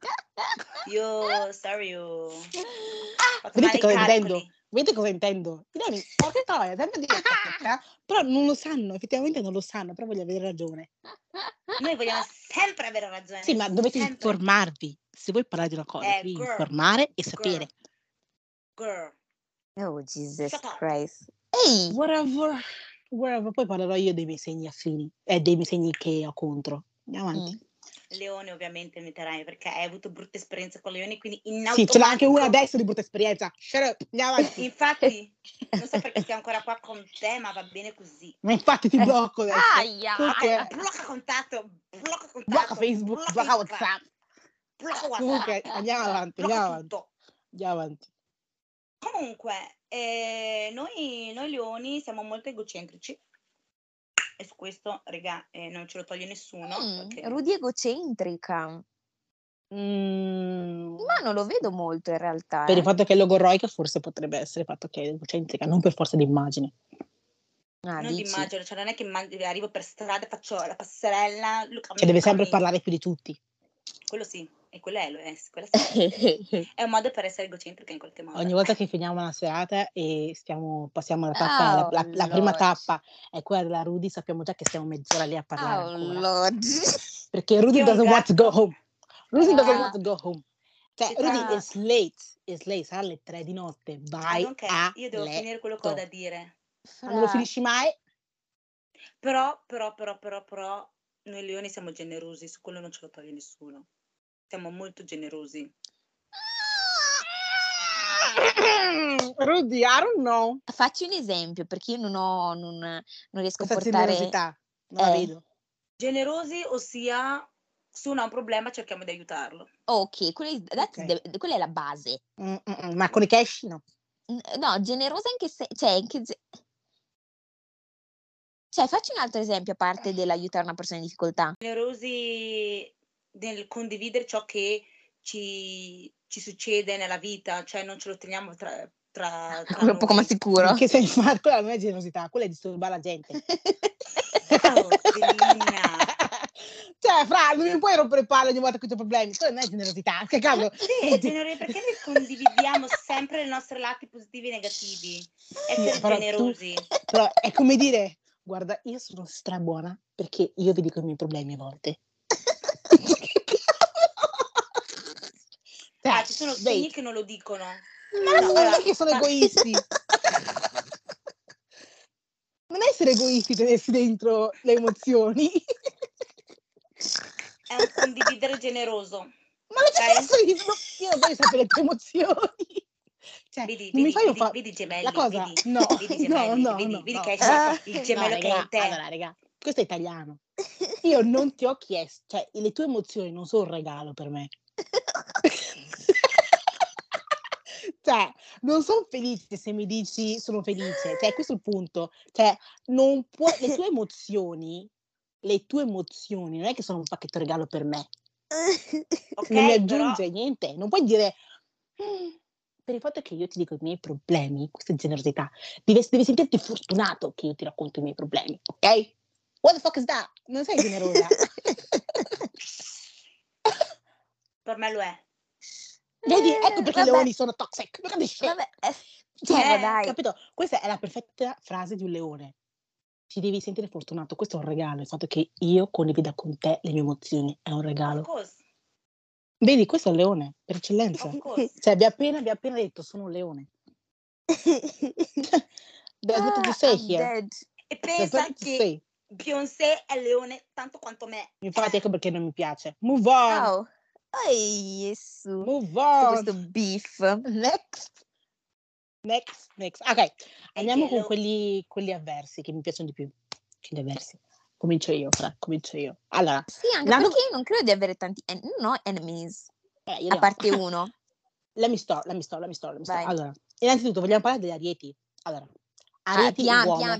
[SPEAKER 2] Vedete cosa intendo? Porca troia, sempre dire cacca, però non lo sanno, effettivamente non lo sanno, però voglio avere ragione.
[SPEAKER 3] Noi vogliamo sempre avere ragione.
[SPEAKER 2] Sì, ma dovete informarvi. Se vuoi parlare di una cosa, devi informare e sapere.
[SPEAKER 3] Girl.
[SPEAKER 1] Oh, Jesus Christ. Ehi!
[SPEAKER 2] Whatever. Poi parlerò io dei miei segni affini e dei miei segni che ho contro. Andiamo avanti.
[SPEAKER 3] Leone ovviamente metterai perché hai avuto brutte esperienze con leoni, quindi in
[SPEAKER 2] Sì,
[SPEAKER 3] automatico...
[SPEAKER 2] ce n'è anche una adesso di brutta esperienza. Andiamo avanti.
[SPEAKER 3] Infatti, non so perché stiamo ancora qua con te, ma va bene così.
[SPEAKER 2] Ma infatti ti blocco adesso.
[SPEAKER 3] Blocca contatto,
[SPEAKER 2] blocca Facebook, blocca WhatsApp.
[SPEAKER 3] Blocca WhatsApp.
[SPEAKER 2] Comunque, andiamo avanti.
[SPEAKER 3] Comunque, noi leoni siamo molto egocentrici. E su questo, regà, non ce lo toglie nessuno.
[SPEAKER 1] Rudy egocentrica. Ma non lo vedo molto in realtà.
[SPEAKER 2] Per il fatto che è logorroica forse potrebbe essere il fatto che è egocentrica, non per forza di immagine.
[SPEAKER 3] Non
[SPEAKER 1] Dici?
[SPEAKER 3] d'immagine, cioè non è che arrivo per strada, faccio la passerella,
[SPEAKER 2] Cioè deve sempre parlare più di tutti.
[SPEAKER 3] Quello sì, e quella sì. È un modo per essere egocentrica in qualche modo.
[SPEAKER 2] Ogni volta che finiamo una serata e passiamo la tappa, la prima tappa è quella della Rudy, sappiamo già che stiamo mezz'ora lì a parlare ancora. Perché Rudy doesn't want to go home. Rudy doesn't want to go home. Cioè, Rudy is late, sarà alle 3 di notte, vai a
[SPEAKER 3] io devo finire quello che ho da dire.
[SPEAKER 2] Ma non lo finisci mai?
[SPEAKER 3] Però, noi leoni siamo generosi, su quello non ce lo toglie nessuno. Siamo molto generosi.
[SPEAKER 2] Rudy, I don't know.
[SPEAKER 1] Facci un esempio, perché io non riesco a portare...
[SPEAKER 2] generosità, non la vedo.
[SPEAKER 3] Generosi, ossia, se uno ha un problema cerchiamo di aiutarlo.
[SPEAKER 1] Ok, quella è la base.
[SPEAKER 2] Ma con i cash no.
[SPEAKER 1] No, generosa anche se... Cioè, facci un altro esempio a parte dell'aiutare una persona in difficoltà.
[SPEAKER 3] Generosi nel condividere ciò che ci succede nella vita, cioè non ce lo teniamo tra
[SPEAKER 1] noi. Poco ma sicuro.
[SPEAKER 2] Che sei fatto? Quella non è generosità, quella è disturbare la gente. Cioè, Fra, non mi puoi rompere le palle ogni volta che ho problemi, quella non è generosità, che cavolo.
[SPEAKER 3] Sì, è generosità, perché noi condividiamo sempre i nostri lati positivi e negativi. Essere generosi.
[SPEAKER 2] Però è come dire, guarda, io sono strabuona perché io vi dico i miei problemi a volte.
[SPEAKER 3] Ci sono segni che non lo dicono.
[SPEAKER 2] Ma non è che sono egoisti. Non è essere egoisti tenersi dentro le emozioni.
[SPEAKER 3] È un condividere generoso.
[SPEAKER 2] Ma non c'è senso, io non voglio sapere le tue emozioni. Cioè,
[SPEAKER 3] vedi gemelli,
[SPEAKER 2] la cosa,
[SPEAKER 3] vedi,
[SPEAKER 2] no,
[SPEAKER 3] vedi gemelli,
[SPEAKER 2] no,
[SPEAKER 3] vedi
[SPEAKER 2] no,
[SPEAKER 3] che è il gemello che è in te.
[SPEAKER 2] Allora, raga, questo è italiano. Io non ti ho chiesto, cioè, le tue emozioni non sono un regalo per me. Cioè, non sono felice se mi dici sono felice, cioè, questo è il punto. Cioè, non puoi, le tue emozioni non è che sono un pacchetto regalo per me. Non mi aggiunge niente, non puoi dire per il fatto che io ti dico i miei problemi, questa è generosità, devi sentirti fortunato che io ti racconto i miei problemi, ok? What the fuck is that? Non sei generosa.
[SPEAKER 3] Per me lo è.
[SPEAKER 2] Vedi, ecco perché i leoni sono toxic. Look at this shit.
[SPEAKER 1] Dai.
[SPEAKER 2] Capito? Questa è la perfetta frase di un leone. Ti devi sentire fortunato, questo è un regalo, il fatto che io condivida con te le mie emozioni è un regalo.
[SPEAKER 3] Of course.
[SPEAKER 2] Vedi, questo è un leone, per eccellenza. Cioè, vi ha appena detto, sono un leone. There's nothing to say here.
[SPEAKER 3] E pensa che Beyoncé è leone tanto quanto me.
[SPEAKER 2] Infatti, ecco perché non mi piace. Move on.
[SPEAKER 1] Move on. Questo beef.
[SPEAKER 2] Next. Ok, andiamo con quelli avversi, che mi piacciono di più. Quelli avversi. Comincio io. Allora,
[SPEAKER 1] sì, anche perché io non credo di avere tanti enemies. A parte uno.
[SPEAKER 2] Let me start. Allora, innanzitutto vogliamo parlare degli arieti. Allora, arieti uomo.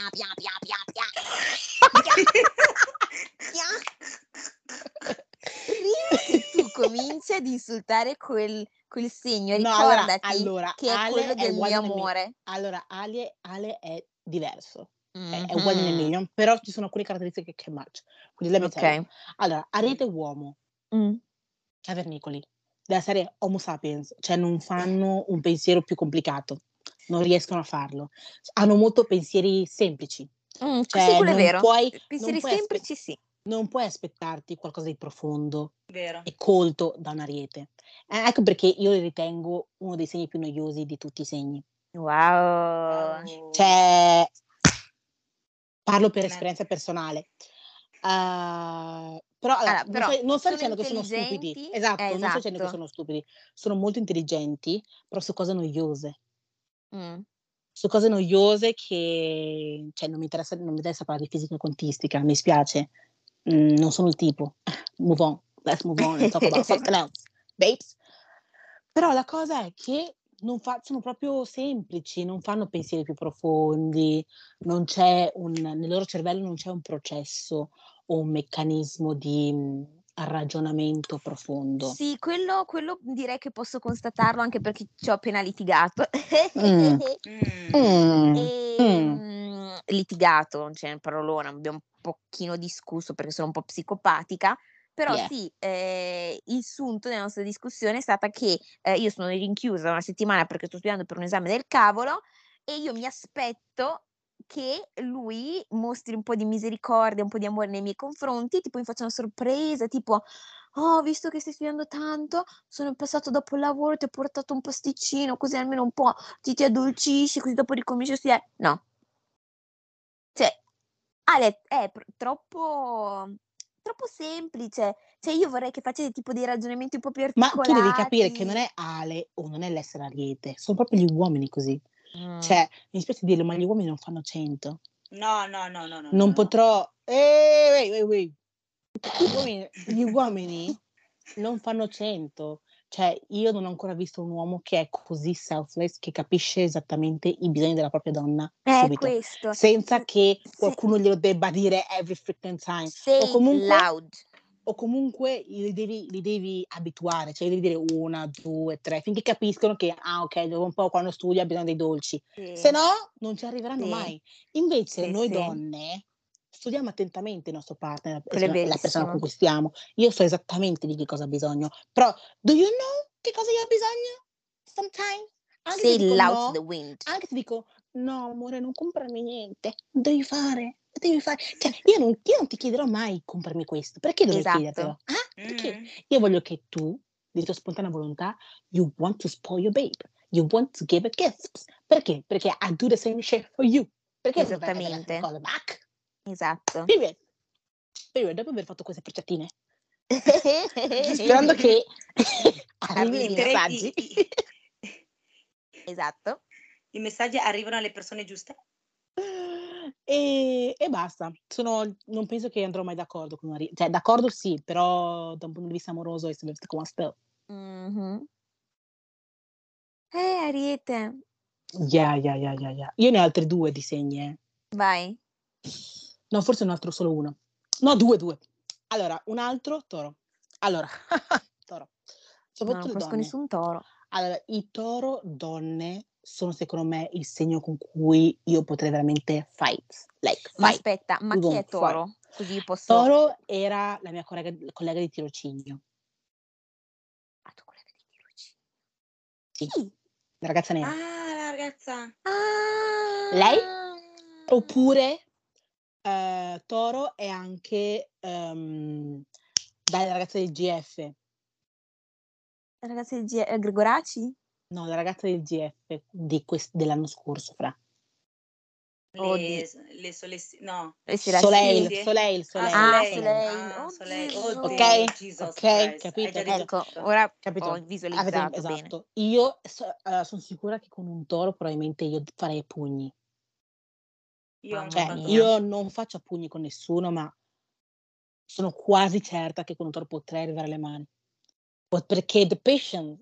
[SPEAKER 1] Prima che tu cominci ad insultare quel segno, ricordati che è quello del mio amore.
[SPEAKER 2] Allora, Ale è diverso. È one in a million, però ci sono alcune caratteristiche che match. Quindi let me tell you. Allora, ariete uomo. Cavernicoli. Della serie Homo sapiens, cioè non fanno un pensiero più complicato, non riescono a farlo. Hanno molto pensieri semplici.
[SPEAKER 1] Cioè, sì, quello è vero. Pensieri semplici, sì.
[SPEAKER 2] Non puoi aspettarti qualcosa di profondo
[SPEAKER 3] vero.
[SPEAKER 2] e colto da un ariete. Ecco perché io li ritengo uno dei segni più noiosi di tutti i segni.
[SPEAKER 1] Wow.
[SPEAKER 2] Cioè, parlo per esperienza personale. Però non sto dicendo che sono stupidi. Esatto, non sto dicendo che sono stupidi. Sono molto intelligenti, però su cose noiose. Su cose noiose che, cioè, non mi interessa parlare di fisica quantistica, mi spiace. Non sono il tipo. Move on. Let's move on and talk about something else. Babes. Però la cosa è che sono proprio semplici, non fanno pensieri più profondi, non c'è nel loro cervello non c'è un processo o un meccanismo di ragionamento profondo.
[SPEAKER 1] Sì, quello direi che posso constatarlo anche perché ci ho appena litigato. Litigato, non c'è parolona, abbiamo un pochino discusso perché sono un po' psicopatica, però sì, il sunto della nostra discussione è stata che io sono rinchiusa una settimana perché sto studiando per un esame del cavolo e io mi aspetto che lui mostri un po' di misericordia, un po' di amore nei miei confronti, tipo mi faccia una sorpresa, tipo: "Oh, visto che stai studiando tanto, sono passato dopo il lavoro, ti ho portato un pasticcino, così almeno un po' ti addolcisci, così dopo ricominci a studiare." No. Cioè, Ale è troppo semplice. Cioè, io vorrei che facesse tipo dei ragionamenti un po' più
[SPEAKER 2] Ma tu devi capire che
[SPEAKER 1] articolati.
[SPEAKER 2] non è Ale o non è l'essere Ariete, sono proprio gli uomini così. Cioè, mi spiace dirlo, ma gli uomini non fanno 100.
[SPEAKER 3] No.
[SPEAKER 2] Non potrò... Wait. Gli uomini non fanno 100. Cioè, io non ho ancora visto un uomo che è così selfless, che capisce esattamente i bisogni della propria donna subito,
[SPEAKER 1] Questo.
[SPEAKER 2] senza che qualcuno glielo debba dire every freaking time.
[SPEAKER 1] Say loud.
[SPEAKER 2] O comunque li devi abituare, cioè li devi dire 1, 2, 3, finché capiscono che, ok, dopo un po' quando studia ha bisogno dei dolci.
[SPEAKER 1] Sì.
[SPEAKER 2] Se no, non ci arriveranno mai. Invece noi
[SPEAKER 1] Sì.
[SPEAKER 2] donne studiamo attentamente il nostro partner,
[SPEAKER 1] Quello è
[SPEAKER 2] la persona con
[SPEAKER 1] verissimo.
[SPEAKER 2] cui stiamo. Io so esattamente di che cosa ha bisogno. Però, do you know che cosa io ho bisogno? Sometimes. Anche se
[SPEAKER 1] Say
[SPEAKER 2] dico
[SPEAKER 1] loud
[SPEAKER 2] no,
[SPEAKER 1] to the wind.
[SPEAKER 2] anche se dico, no amore, non comprarmi niente. Devi fare. Cioè, io non ti chiederò mai comprarmi questo. Perché dovrei chiedertelo? Perché io voglio che tu, di tua spontanea volontà, you want to spoil your babe. You want to give a gift. Perché? Perché I do the same shit for you. Perché non dovrei avere le cose back?
[SPEAKER 1] Esatto.
[SPEAKER 2] Period. Dopo aver fatto queste frecciatine, sperando che arrivino i messaggi.
[SPEAKER 1] Esatto.
[SPEAKER 3] I messaggi arrivano alle persone giuste?
[SPEAKER 2] E basta. Non penso che andrò mai d'accordo con cioè d'accordo sì, però da un punto di vista amoroso è sempre come still.
[SPEAKER 1] Ariete.
[SPEAKER 2] Yeah. Io ne ho altri 2 di segni,
[SPEAKER 1] Vai.
[SPEAKER 2] No, forse un altro solo uno. No, 2. Allora, un altro Toro. Allora, Toro. Soprattutto
[SPEAKER 1] Non
[SPEAKER 2] le
[SPEAKER 1] conosco
[SPEAKER 2] donne.
[SPEAKER 1] nessun toro.
[SPEAKER 2] Allora, i Toro donne sono secondo me il segno con cui io potrei veramente fight.
[SPEAKER 1] Ma aspetta, ma chi è Toro?
[SPEAKER 2] Fight.
[SPEAKER 1] Così io posso...
[SPEAKER 2] Toro era la mia collega di tirocinio.
[SPEAKER 1] Ah, tua collega di tirocinio?
[SPEAKER 2] Sì. La ragazza nera.
[SPEAKER 3] La ragazza.
[SPEAKER 2] Lei? Oppure Toro è anche la ragazza del GF.
[SPEAKER 1] La ragazza di Gregoraci?
[SPEAKER 2] No, la ragazza del GF dell'anno scorso, fra.
[SPEAKER 3] Le
[SPEAKER 2] Soleil.
[SPEAKER 1] Ok,
[SPEAKER 2] capito.
[SPEAKER 1] Ecco, ora
[SPEAKER 2] capito.
[SPEAKER 1] ho visualizzato bene.
[SPEAKER 2] Esatto. Io sono sicura che con un Toro probabilmente io farei pugni. Io non faccio a pugni con nessuno, ma sono quasi certa che con un Toro potrei arrivare alle mani. Perché the patience.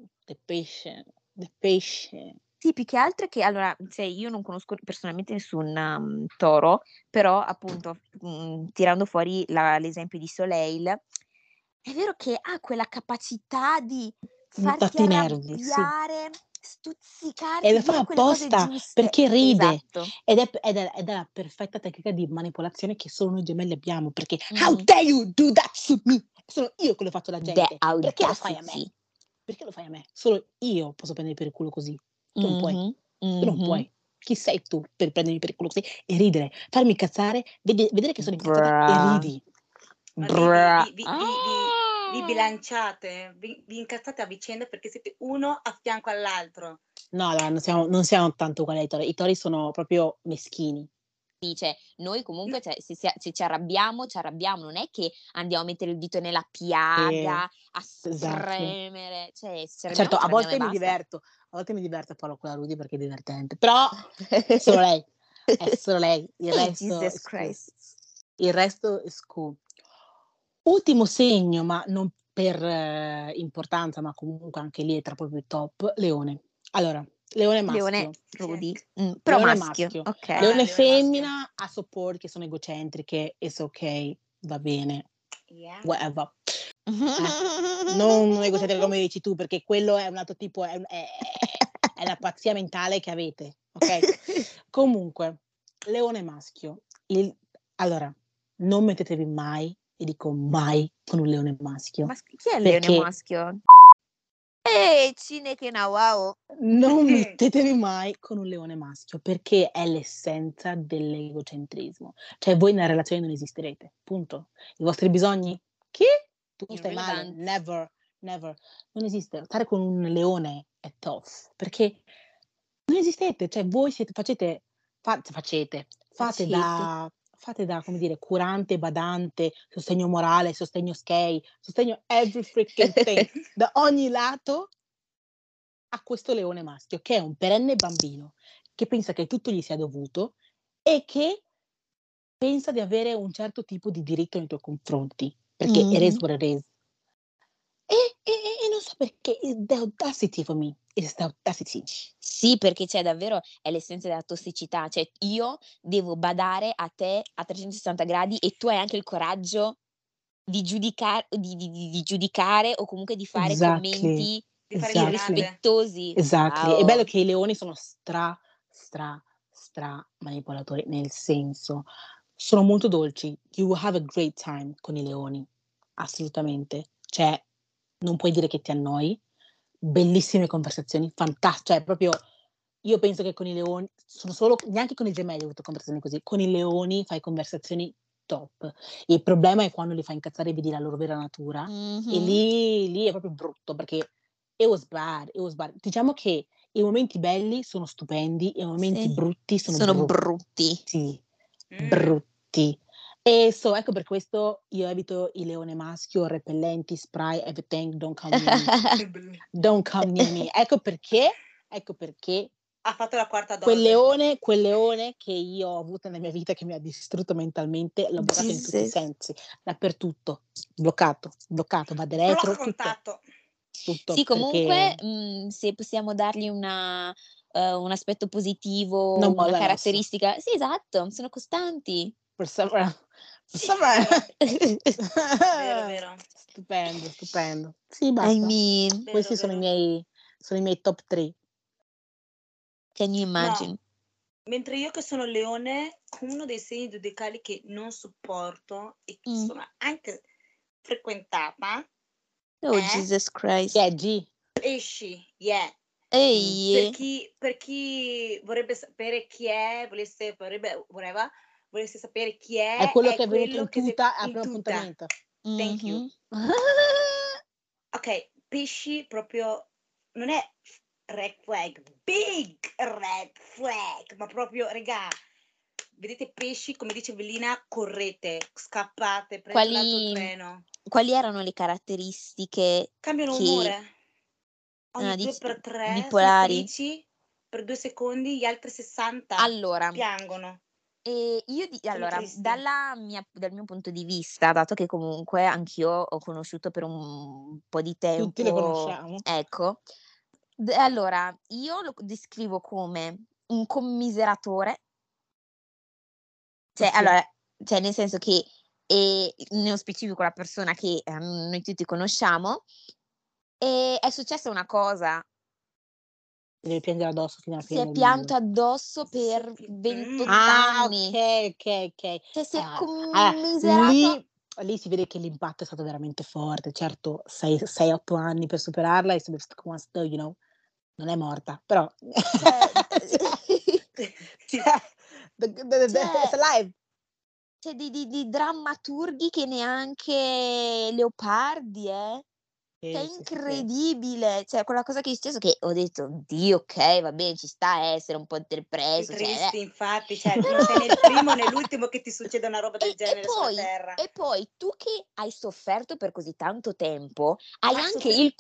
[SPEAKER 1] Sì, più che altro che allora, cioè io non conosco personalmente nessun Toro, però appunto, tirando fuori l'esempio di Soleil, è vero che ha quella capacità di farti arrabbiare, stuzzicarti,
[SPEAKER 2] E lo fa
[SPEAKER 1] dire quelle cose
[SPEAKER 2] apposta
[SPEAKER 1] giuste.
[SPEAKER 2] perché ride.
[SPEAKER 1] Esatto.
[SPEAKER 2] Ed è la perfetta tecnica di manipolazione che solo noi gemelli abbiamo. Perché how dare you do that to me? Sono io che lo faccio alla gente. Perché lo fai a me? Perché lo fai a me? Solo io posso prendere per il culo così. Tu non puoi. Tu non puoi. Chi sei tu per prendermi per il culo così e ridere? Farmi incazzare, vedere che sono incazzata e ridi.
[SPEAKER 3] Vi bilanciate, vi incazzate a vicenda perché siete uno a fianco all'altro.
[SPEAKER 2] No, non siamo tanto uguali ai tori. I tori sono proprio meschini.
[SPEAKER 1] Cioè, noi comunque se ci arrabbiamo, non è che andiamo a mettere il dito nella piaga, a spremere, cioè
[SPEAKER 2] certo, a volte mi diverto a farlo con la Rudy perché è divertente, però è solo lei, il resto è school. Ultimo segno, ma non per importanza, ma comunque anche lì è tra proprio i top, Leone. Allora, Leone maschio.
[SPEAKER 1] Leone Rudy. Però
[SPEAKER 2] Leone
[SPEAKER 1] maschio. Ok.
[SPEAKER 2] Leone femmina a support che sono egocentriche, it's ok, va bene, whatever. Non negoziate come dici tu, perché quello è un altro tipo, è la pazzia mentale che avete, ok? Comunque, leone maschio. Allora, non mettetevi mai, e dico mai, con un leone maschio.
[SPEAKER 1] Ma chi è il leone
[SPEAKER 2] Perché
[SPEAKER 1] maschio? Chineke na wow.
[SPEAKER 2] non mettetevi mai con un leone maschio, perché è l'essenza dell'egocentrismo. Cioè voi nella relazione non esisterete, punto. I vostri bisogni? Chi? Tu stai male?
[SPEAKER 1] Irrelevant.
[SPEAKER 2] Never, never. Non esiste. Stare con un leone è tough, perché non esistete. Cioè voi fate da, come dire, curante, badante, sostegno morale, sostegno skei, sostegno every freaking thing, da ogni lato a questo leone maschio, che è un perenne bambino, che pensa che tutto gli sia dovuto e che pensa di avere un certo tipo di diritto nei tuoi confronti, perché it is what it is. E non so perché, the audacity for me, is the audacity.
[SPEAKER 1] Sì, perché davvero è l'essenza della tossicità, cioè io devo badare a te a 360 gradi e tu hai anche il coraggio di giudicare o comunque di fare
[SPEAKER 2] Exactly,
[SPEAKER 1] commenti
[SPEAKER 3] Di fare
[SPEAKER 2] exactly,
[SPEAKER 3] menate.
[SPEAKER 1] irrispettosi.
[SPEAKER 2] exactly. È
[SPEAKER 1] Wow.
[SPEAKER 2] bello che i leoni sono stra manipolatori, nel senso, sono molto dolci. You will have a great time con i leoni, assolutamente. Cioè, non puoi dire che ti annoi. Bellissime conversazioni, cioè proprio io penso che con i leoni neanche con i gemelli ho avuto conversazioni così, con i leoni fai conversazioni top. Il problema è quando li fai incazzare e vedi la loro vera natura e lì è proprio brutto, perché it was bad. Diciamo che i momenti belli sono stupendi e i momenti
[SPEAKER 1] Sì.
[SPEAKER 2] brutti sono
[SPEAKER 1] Sono brutti.
[SPEAKER 2] brutti. E ecco per questo io evito i leone maschio, repellenti, spray, everything, don't come near me. Don't come near me. Ecco perché
[SPEAKER 3] Ha fatto la quarta
[SPEAKER 2] quel
[SPEAKER 3] dose.
[SPEAKER 2] leone che io ho avuto nella mia vita, che mi ha distrutto mentalmente, l'ho bloccato in tutti i sensi, dappertutto, bloccato, vado
[SPEAKER 3] Blocco
[SPEAKER 2] retro,
[SPEAKER 3] contatto.
[SPEAKER 2] tutto
[SPEAKER 1] Sì, comunque,
[SPEAKER 2] perché
[SPEAKER 1] se possiamo dargli un aspetto positivo,
[SPEAKER 2] non
[SPEAKER 1] una
[SPEAKER 2] molla l'osso.
[SPEAKER 1] caratteristica sì, esatto, sono costanti.
[SPEAKER 2] Persevera.
[SPEAKER 3] Sì, vero.
[SPEAKER 2] Stupendo. Sì,
[SPEAKER 1] I
[SPEAKER 2] basta.
[SPEAKER 1] mean,
[SPEAKER 2] Questi sono i miei top 3.
[SPEAKER 1] can you
[SPEAKER 3] No,
[SPEAKER 1] imagine?
[SPEAKER 3] mentre io che sono leone, uno dei segni zodiacali che non sopporto e che sono anche frequentata
[SPEAKER 1] Oh,
[SPEAKER 3] è
[SPEAKER 1] Jesus Christ.
[SPEAKER 2] Chi è G?
[SPEAKER 3] pesci, yeah.
[SPEAKER 1] Ehi,
[SPEAKER 3] Per chi vorrebbe sapere chi è, volesse sapere chi
[SPEAKER 2] È quello
[SPEAKER 3] è
[SPEAKER 2] che è venuto in
[SPEAKER 3] quello che
[SPEAKER 2] tuta al
[SPEAKER 3] in
[SPEAKER 2] primo
[SPEAKER 3] tuta.
[SPEAKER 2] appuntamento.
[SPEAKER 3] Thank you. Ok, pesci proprio non è red flag, big red flag, ma proprio, regà, vedete pesci, come dice Bellina, correte, scappate, prendete un altro treno.
[SPEAKER 1] quali erano le caratteristiche
[SPEAKER 3] Cambiano
[SPEAKER 1] che
[SPEAKER 3] umore. Ogni
[SPEAKER 1] dici
[SPEAKER 3] 2x3 sono
[SPEAKER 1] bipolari?
[SPEAKER 3] felici per 2 secondi, gli altri 60
[SPEAKER 1] Allora,
[SPEAKER 3] piangono.
[SPEAKER 1] io
[SPEAKER 3] Sono
[SPEAKER 1] allora,
[SPEAKER 3] tristi.
[SPEAKER 1] dal mio punto di vista, dato che comunque anch'io ho conosciuto per un po' di
[SPEAKER 2] Tutti le
[SPEAKER 1] tempo
[SPEAKER 2] conosciamo.
[SPEAKER 1] ecco, allora io lo descrivo come un commiseratore. Cioè,
[SPEAKER 2] Sì.
[SPEAKER 1] allora, cioè nel senso che, nello specifico la persona che, noi tutti conosciamo, è successa una cosa,
[SPEAKER 2] Ti devi piangere addosso fino alla
[SPEAKER 1] si
[SPEAKER 2] fine
[SPEAKER 1] è
[SPEAKER 2] del
[SPEAKER 1] pianto
[SPEAKER 2] mondo.
[SPEAKER 1] addosso per 28 anni.
[SPEAKER 2] Ok.
[SPEAKER 1] Cioè si è
[SPEAKER 2] Allora,
[SPEAKER 1] commiserato
[SPEAKER 2] lì si vede che l'impatto è stato veramente forte. Certo, 6-8 anni per superarla e non è morta, però
[SPEAKER 1] cioè
[SPEAKER 2] cioè,
[SPEAKER 1] cioè
[SPEAKER 2] it's alive.
[SPEAKER 1] cioè di drammaturghi che neanche Leopardi, Cioè è
[SPEAKER 2] Sì.
[SPEAKER 1] incredibile, cioè quella cosa che è successo che ho detto: "Dio, okay, va bene, ci sta a essere un po' depresso, cioè
[SPEAKER 3] Tristi, infatti, cioè non sei né il primo né l'ultimo che ti succede una roba del
[SPEAKER 1] E
[SPEAKER 3] genere sulla terra.
[SPEAKER 1] poi tu che hai sofferto per così tanto tempo, hai
[SPEAKER 3] Ma
[SPEAKER 1] anche
[SPEAKER 3] soffri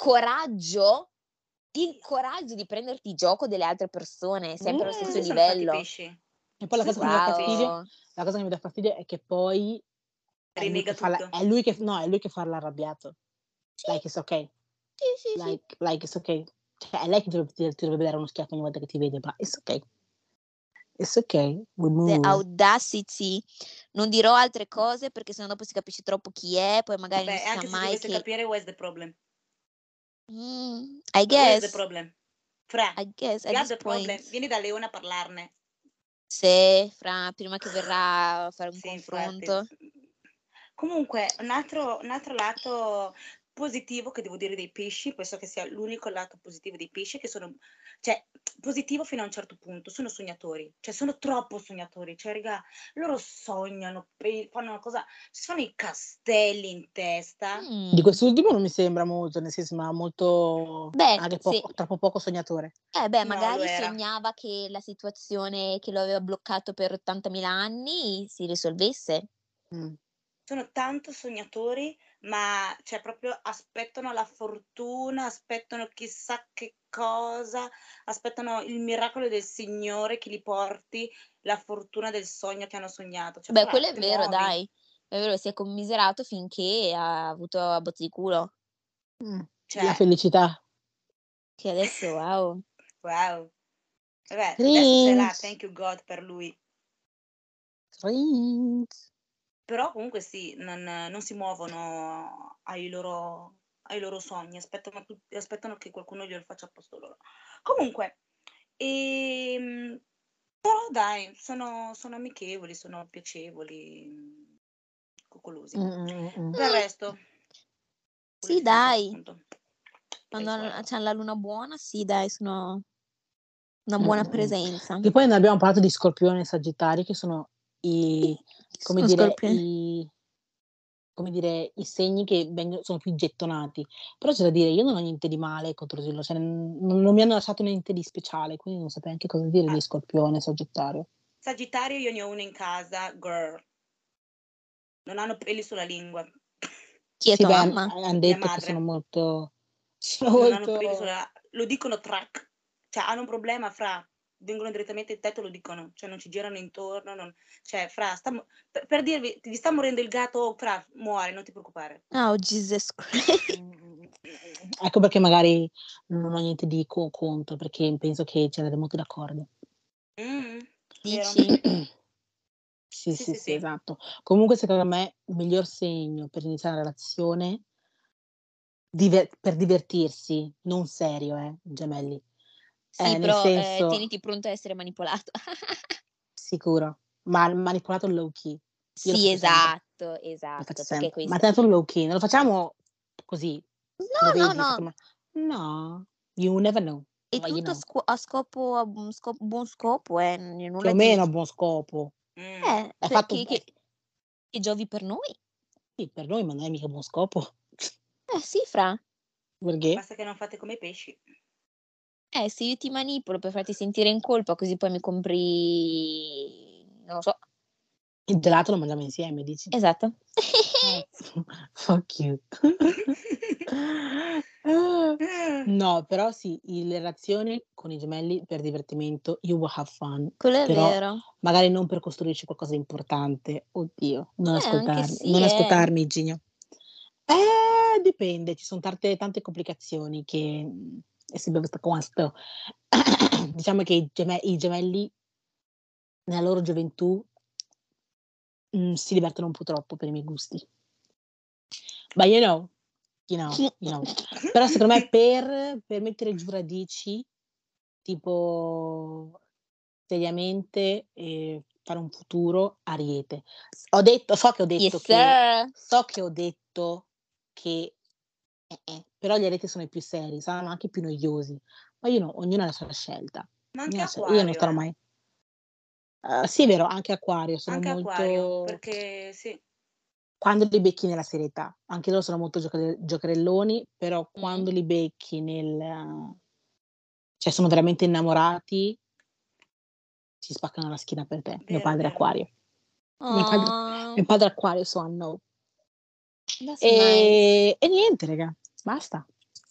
[SPEAKER 1] il coraggio di prenderti gioco delle altre persone, sempre allo stesso
[SPEAKER 3] così sono fatti i
[SPEAKER 1] livello.
[SPEAKER 3] pesci.
[SPEAKER 2] E poi
[SPEAKER 3] Così sono fatti i pesci.
[SPEAKER 1] Wow.
[SPEAKER 2] la cosa che mi dà fastidio è che poi è lui
[SPEAKER 3] Rinnega
[SPEAKER 2] che fa
[SPEAKER 3] tutto.
[SPEAKER 2] è lui che fa l'arrabbiato.
[SPEAKER 1] Sì,
[SPEAKER 2] Like it's okay.
[SPEAKER 1] sì.
[SPEAKER 2] Like it's okay. Cioè è lei che ti dovrebbe dare uno schiaffo ogni volta che ti vede, ma it's okay. It's okay, we
[SPEAKER 1] The
[SPEAKER 2] move.
[SPEAKER 1] audacity. Non dirò altre cose perché sennò dopo si capisce troppo chi è, poi magari non
[SPEAKER 3] Beh,
[SPEAKER 1] si sa
[SPEAKER 3] anche se
[SPEAKER 1] mai
[SPEAKER 3] dovesse
[SPEAKER 1] che...
[SPEAKER 3] capire, where's the problem?
[SPEAKER 1] I
[SPEAKER 3] Where's the
[SPEAKER 1] guess,
[SPEAKER 3] problem? Fra,
[SPEAKER 1] I guess, at
[SPEAKER 3] you have
[SPEAKER 1] this
[SPEAKER 3] the problem.
[SPEAKER 1] point.
[SPEAKER 3] Vieni da Leone a parlarne.
[SPEAKER 1] Se, Fra, prima che verrà a fare un
[SPEAKER 3] Sì, infatti.
[SPEAKER 1] confronto.
[SPEAKER 3] Comunque, un altro lato positivo che devo dire dei pesci, penso che sia l'unico lato positivo dei pesci, che sono, cioè, positivo fino a un certo punto, sono sognatori, cioè sono troppo sognatori, cioè, raga, loro sognano, fanno una cosa, si fanno i castelli in testa.
[SPEAKER 2] Di quest'ultimo non mi sembra molto, nel senso, ma molto
[SPEAKER 1] Beh,
[SPEAKER 2] anche
[SPEAKER 1] sì.
[SPEAKER 2] troppo poco sognatore.
[SPEAKER 1] Beh,
[SPEAKER 3] No,
[SPEAKER 1] magari
[SPEAKER 3] lo era.
[SPEAKER 1] sognava che la situazione che lo aveva bloccato per 80.000 anni si risolvesse.
[SPEAKER 3] Sono tanto sognatori, ma cioè proprio aspettano la fortuna, aspettano chissà che cosa, aspettano il miracolo del Signore che gli porti la fortuna del sogno che hanno sognato. Cioè,
[SPEAKER 1] Beh,
[SPEAKER 3] fra,
[SPEAKER 1] quello è
[SPEAKER 3] ti
[SPEAKER 1] vero,
[SPEAKER 3] muovi.
[SPEAKER 1] dai. È vero, si è commiserato finché ha avuto a bozzo di culo.
[SPEAKER 2] La
[SPEAKER 3] Cioè,
[SPEAKER 2] felicità.
[SPEAKER 1] Che adesso, wow.
[SPEAKER 3] wow. Vabbè, adesso sei là,
[SPEAKER 2] Cringe.
[SPEAKER 3] thank you God per lui.
[SPEAKER 2] Cringe.
[SPEAKER 3] Però comunque sì, non si muovono ai loro sogni, aspettano che qualcuno glielo faccia a posto loro. Comunque, però dai, sono amichevoli, sono piacevoli, coccolosi. Del resto, quello
[SPEAKER 1] Sì,
[SPEAKER 3] di fianco a
[SPEAKER 1] dai.
[SPEAKER 3] appunto.
[SPEAKER 1] Quando c'è la luna buona, sì, dai, sono una buona presenza.
[SPEAKER 2] Che poi ne abbiamo parlato di Scorpione e Sagittari, che sono i, come dire, i segni che sono più gettonati. Però c'è da dire, io non ho niente di male contro di loro, cioè non mi hanno lasciato niente di speciale, quindi non saprei anche cosa dire di Scorpione e Sagittario.
[SPEAKER 3] Sagittario io ne ho uno in casa, girl. Non hanno peli sulla lingua.
[SPEAKER 1] Chi è
[SPEAKER 2] Sì,
[SPEAKER 1] tua
[SPEAKER 2] beh,
[SPEAKER 1] mamma?
[SPEAKER 2] hanno
[SPEAKER 3] Mia
[SPEAKER 2] detto che
[SPEAKER 3] madre.
[SPEAKER 2] sono molto...
[SPEAKER 3] Non hanno peli lo dicono track, cioè hanno un problema, fra, vengono direttamente in tetto e lo dicono, cioè non ci girano intorno, cioè fra, per dirvi, ti sta morendo il gatto, oh, fra, muore, non ti preoccupare.
[SPEAKER 1] Oh, Jesus Christ.
[SPEAKER 2] Ecco perché magari non ho niente di contro, perché penso che ce l'avete molto d'accordo.
[SPEAKER 1] Dici?
[SPEAKER 2] Sì, esatto. Comunque secondo me il miglior segno per iniziare una relazione per divertirsi, non serio, gemelli.
[SPEAKER 1] Sì,
[SPEAKER 2] Nel
[SPEAKER 1] però
[SPEAKER 2] senso,
[SPEAKER 1] tieniti pronto a essere manipolato.
[SPEAKER 2] sicuro, ma manipolato low key. Io lo
[SPEAKER 1] Sì,
[SPEAKER 2] faccio sempre. Lo
[SPEAKER 1] esatto,
[SPEAKER 2] faccio
[SPEAKER 1] perché
[SPEAKER 2] sempre. Ma
[SPEAKER 1] questo...
[SPEAKER 2] tanto low key, non lo facciamo così. Lo vedi,
[SPEAKER 1] No.
[SPEAKER 2] no, you never know.
[SPEAKER 1] È
[SPEAKER 2] Well, you
[SPEAKER 1] tutto
[SPEAKER 2] know.
[SPEAKER 1] a buon scopo,
[SPEAKER 2] Più
[SPEAKER 1] nulla
[SPEAKER 2] o
[SPEAKER 1] di...
[SPEAKER 2] meno a buon scopo. È fatto,
[SPEAKER 1] che giovi per noi.
[SPEAKER 2] sì, per noi, ma non è mica a buon scopo.
[SPEAKER 1] Sì, Fra.
[SPEAKER 2] Perché?
[SPEAKER 3] Basta che non fate come i pesci.
[SPEAKER 1] Se io ti manipolo per farti sentire in colpa, così poi mi compri... non lo so.
[SPEAKER 2] Il gelato lo mangiamo insieme, dici?
[SPEAKER 1] Esatto.
[SPEAKER 2] Fuck you. No, però sì, le relazioni con i gemelli per divertimento, you will have fun,
[SPEAKER 1] Quello è
[SPEAKER 2] però
[SPEAKER 1] vero.
[SPEAKER 2] magari non per costruirci qualcosa di importante. Oddio, non
[SPEAKER 1] Anche
[SPEAKER 2] ascoltarmi,
[SPEAKER 1] sì,
[SPEAKER 2] non ascoltarmi, Ginio. Dipende, ci sono tante complicazioni che e si beve questo. Diciamo che i gemelli nella loro gioventù si divertono un po' troppo per i miei gusti. But you know. Però secondo me per mettere giù radici, tipo seriamente e fare un futuro, Ariete. So che ho detto
[SPEAKER 1] yes, sir.
[SPEAKER 2] che però gli Ariete sono i più seri, saranno anche più noiosi, ma ognuno ha la sua scelta.
[SPEAKER 3] Ma anche
[SPEAKER 2] Io non
[SPEAKER 3] Acquario,
[SPEAKER 2] starò mai sì è vero, anche Acquario sono
[SPEAKER 3] anche Acquario,
[SPEAKER 2] molto
[SPEAKER 3] perché sì.
[SPEAKER 2] quando li becchi nella serietà. Anche loro sono molto giocherelloni, però quando li becchi cioè sono veramente innamorati, si spaccano la schiena per te. Mio padre è
[SPEAKER 3] Vero.
[SPEAKER 2] Acquario. Mio padre è Acquario, so I know.
[SPEAKER 1] That's nice.
[SPEAKER 2] E niente raga, basta.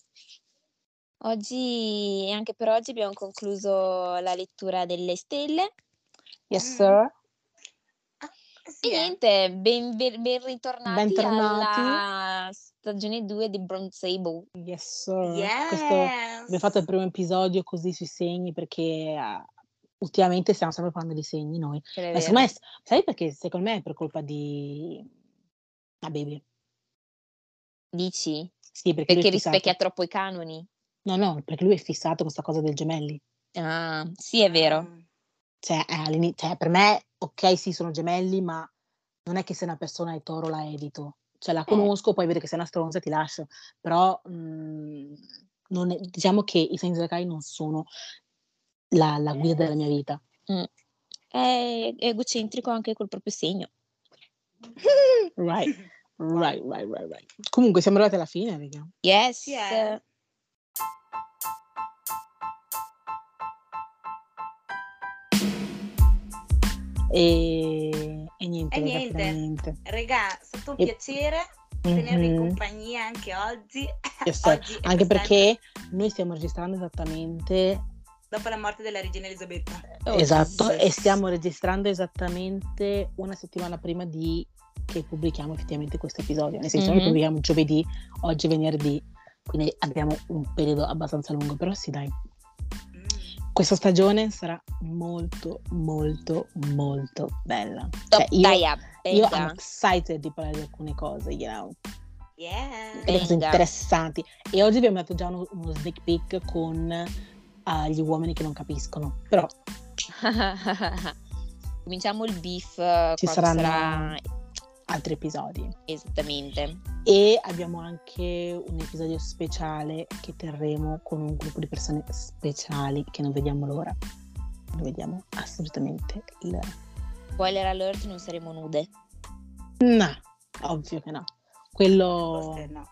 [SPEAKER 1] Oggi, anche per oggi abbiamo concluso la lettura delle stelle.
[SPEAKER 2] Yes sir.
[SPEAKER 3] Sì,
[SPEAKER 1] E niente, ben ritornati
[SPEAKER 2] Bentornati.
[SPEAKER 1] alla stagione 2 di Bronzable.
[SPEAKER 2] Yes sir.
[SPEAKER 3] Yes.
[SPEAKER 2] Questo abbiamo fatto il primo episodio così sui segni perché ultimamente stiamo sempre parlando di segni noi. Ma secondo me, sai perché? Secondo me è per colpa di Baby.
[SPEAKER 1] Dici?
[SPEAKER 2] Sì, perché
[SPEAKER 1] rispecchia troppo i canoni?
[SPEAKER 2] No, perché lui è fissato con questa cosa del gemelli.
[SPEAKER 1] Ah, sì, è vero.
[SPEAKER 2] Cioè, per me, ok, sì, sono gemelli, ma non è che se una persona è toro la evito. Cioè, la conosco, poi vedo che sei una stronza e ti lascio. Però, diciamo che i segni zodiacali non sono la guida della mia vita.
[SPEAKER 1] È egocentrico anche col proprio segno.
[SPEAKER 2] Right. Comunque, siamo arrivati alla fine, raga.
[SPEAKER 1] Yes.
[SPEAKER 3] Yeah.
[SPEAKER 2] E niente.
[SPEAKER 3] Regà, è stato un piacere tenervi in compagnia anche oggi.
[SPEAKER 2] Yes, oggi anche perché noi stiamo registrando esattamente
[SPEAKER 3] dopo la morte della regina Elisabetta.
[SPEAKER 2] Esatto, e stiamo registrando esattamente una settimana prima di che pubblichiamo effettivamente questo episodio. Nel senso, noi pubblichiamo giovedì, oggi è venerdì, quindi abbiamo un periodo abbastanza lungo, però sì, dai. Questa stagione sarà molto, molto, molto bella. Cioè, io am excited di parlare di alcune cose, you know.
[SPEAKER 3] Yeah.
[SPEAKER 2] Delle cose interessanti. E oggi abbiamo dato già uno sneak peek con gli uomini che non capiscono. Però
[SPEAKER 1] cominciamo il beef.
[SPEAKER 2] Ci saranno altri episodi.
[SPEAKER 1] Esattamente.
[SPEAKER 2] E abbiamo anche un episodio speciale che terremo con un gruppo di persone speciali che non vediamo l'ora. Non vediamo assolutamente l'ora.
[SPEAKER 1] Spoiler alert, non saremo nude.
[SPEAKER 2] No, ovvio che no. Quello
[SPEAKER 3] no.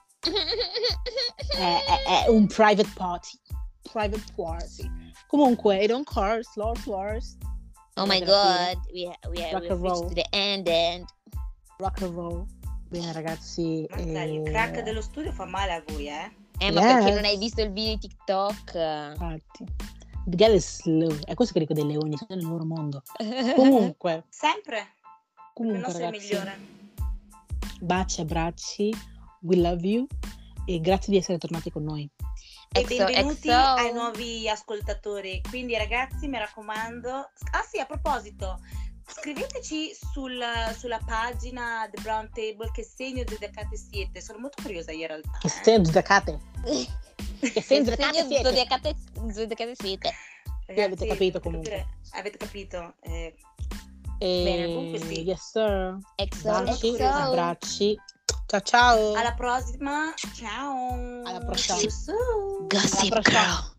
[SPEAKER 2] è un private party. Comunque, don't curse, Lord Wars.
[SPEAKER 1] Oh my god, we reached to the end.
[SPEAKER 2] Rock and roll. Bene ragazzi.
[SPEAKER 3] Il crack dello studio fa male a voi,
[SPEAKER 1] ma perché non hai visto il video di TikTok?
[SPEAKER 2] Infatti. The girl is slow. È questo che dico dei leoni, sono nel loro mondo. Comunque.
[SPEAKER 3] Sempre.
[SPEAKER 2] Comunque
[SPEAKER 3] ragazzi. Migliore.
[SPEAKER 2] Baci, abbracci. We love you. E grazie di essere tornati con noi.
[SPEAKER 3] E benvenuti ai nuovi ascoltatori. Quindi ragazzi, mi raccomando. Ah sì, a proposito, scriveteci sulla pagina The Brown Table che segno zodiacate siete. Sono molto curiosa io in realtà.
[SPEAKER 2] Che segno zodiacate?
[SPEAKER 1] Che segno zodiacate siete?
[SPEAKER 2] Avete capito comunque.
[SPEAKER 3] Avete capito.
[SPEAKER 1] Bene, comunque
[SPEAKER 2] sì. Yes sir.
[SPEAKER 1] Baci,
[SPEAKER 2] abbracci. Ciao.
[SPEAKER 3] Alla prossima. Ciao.
[SPEAKER 2] Alla prossima.
[SPEAKER 1] Gossip Girl.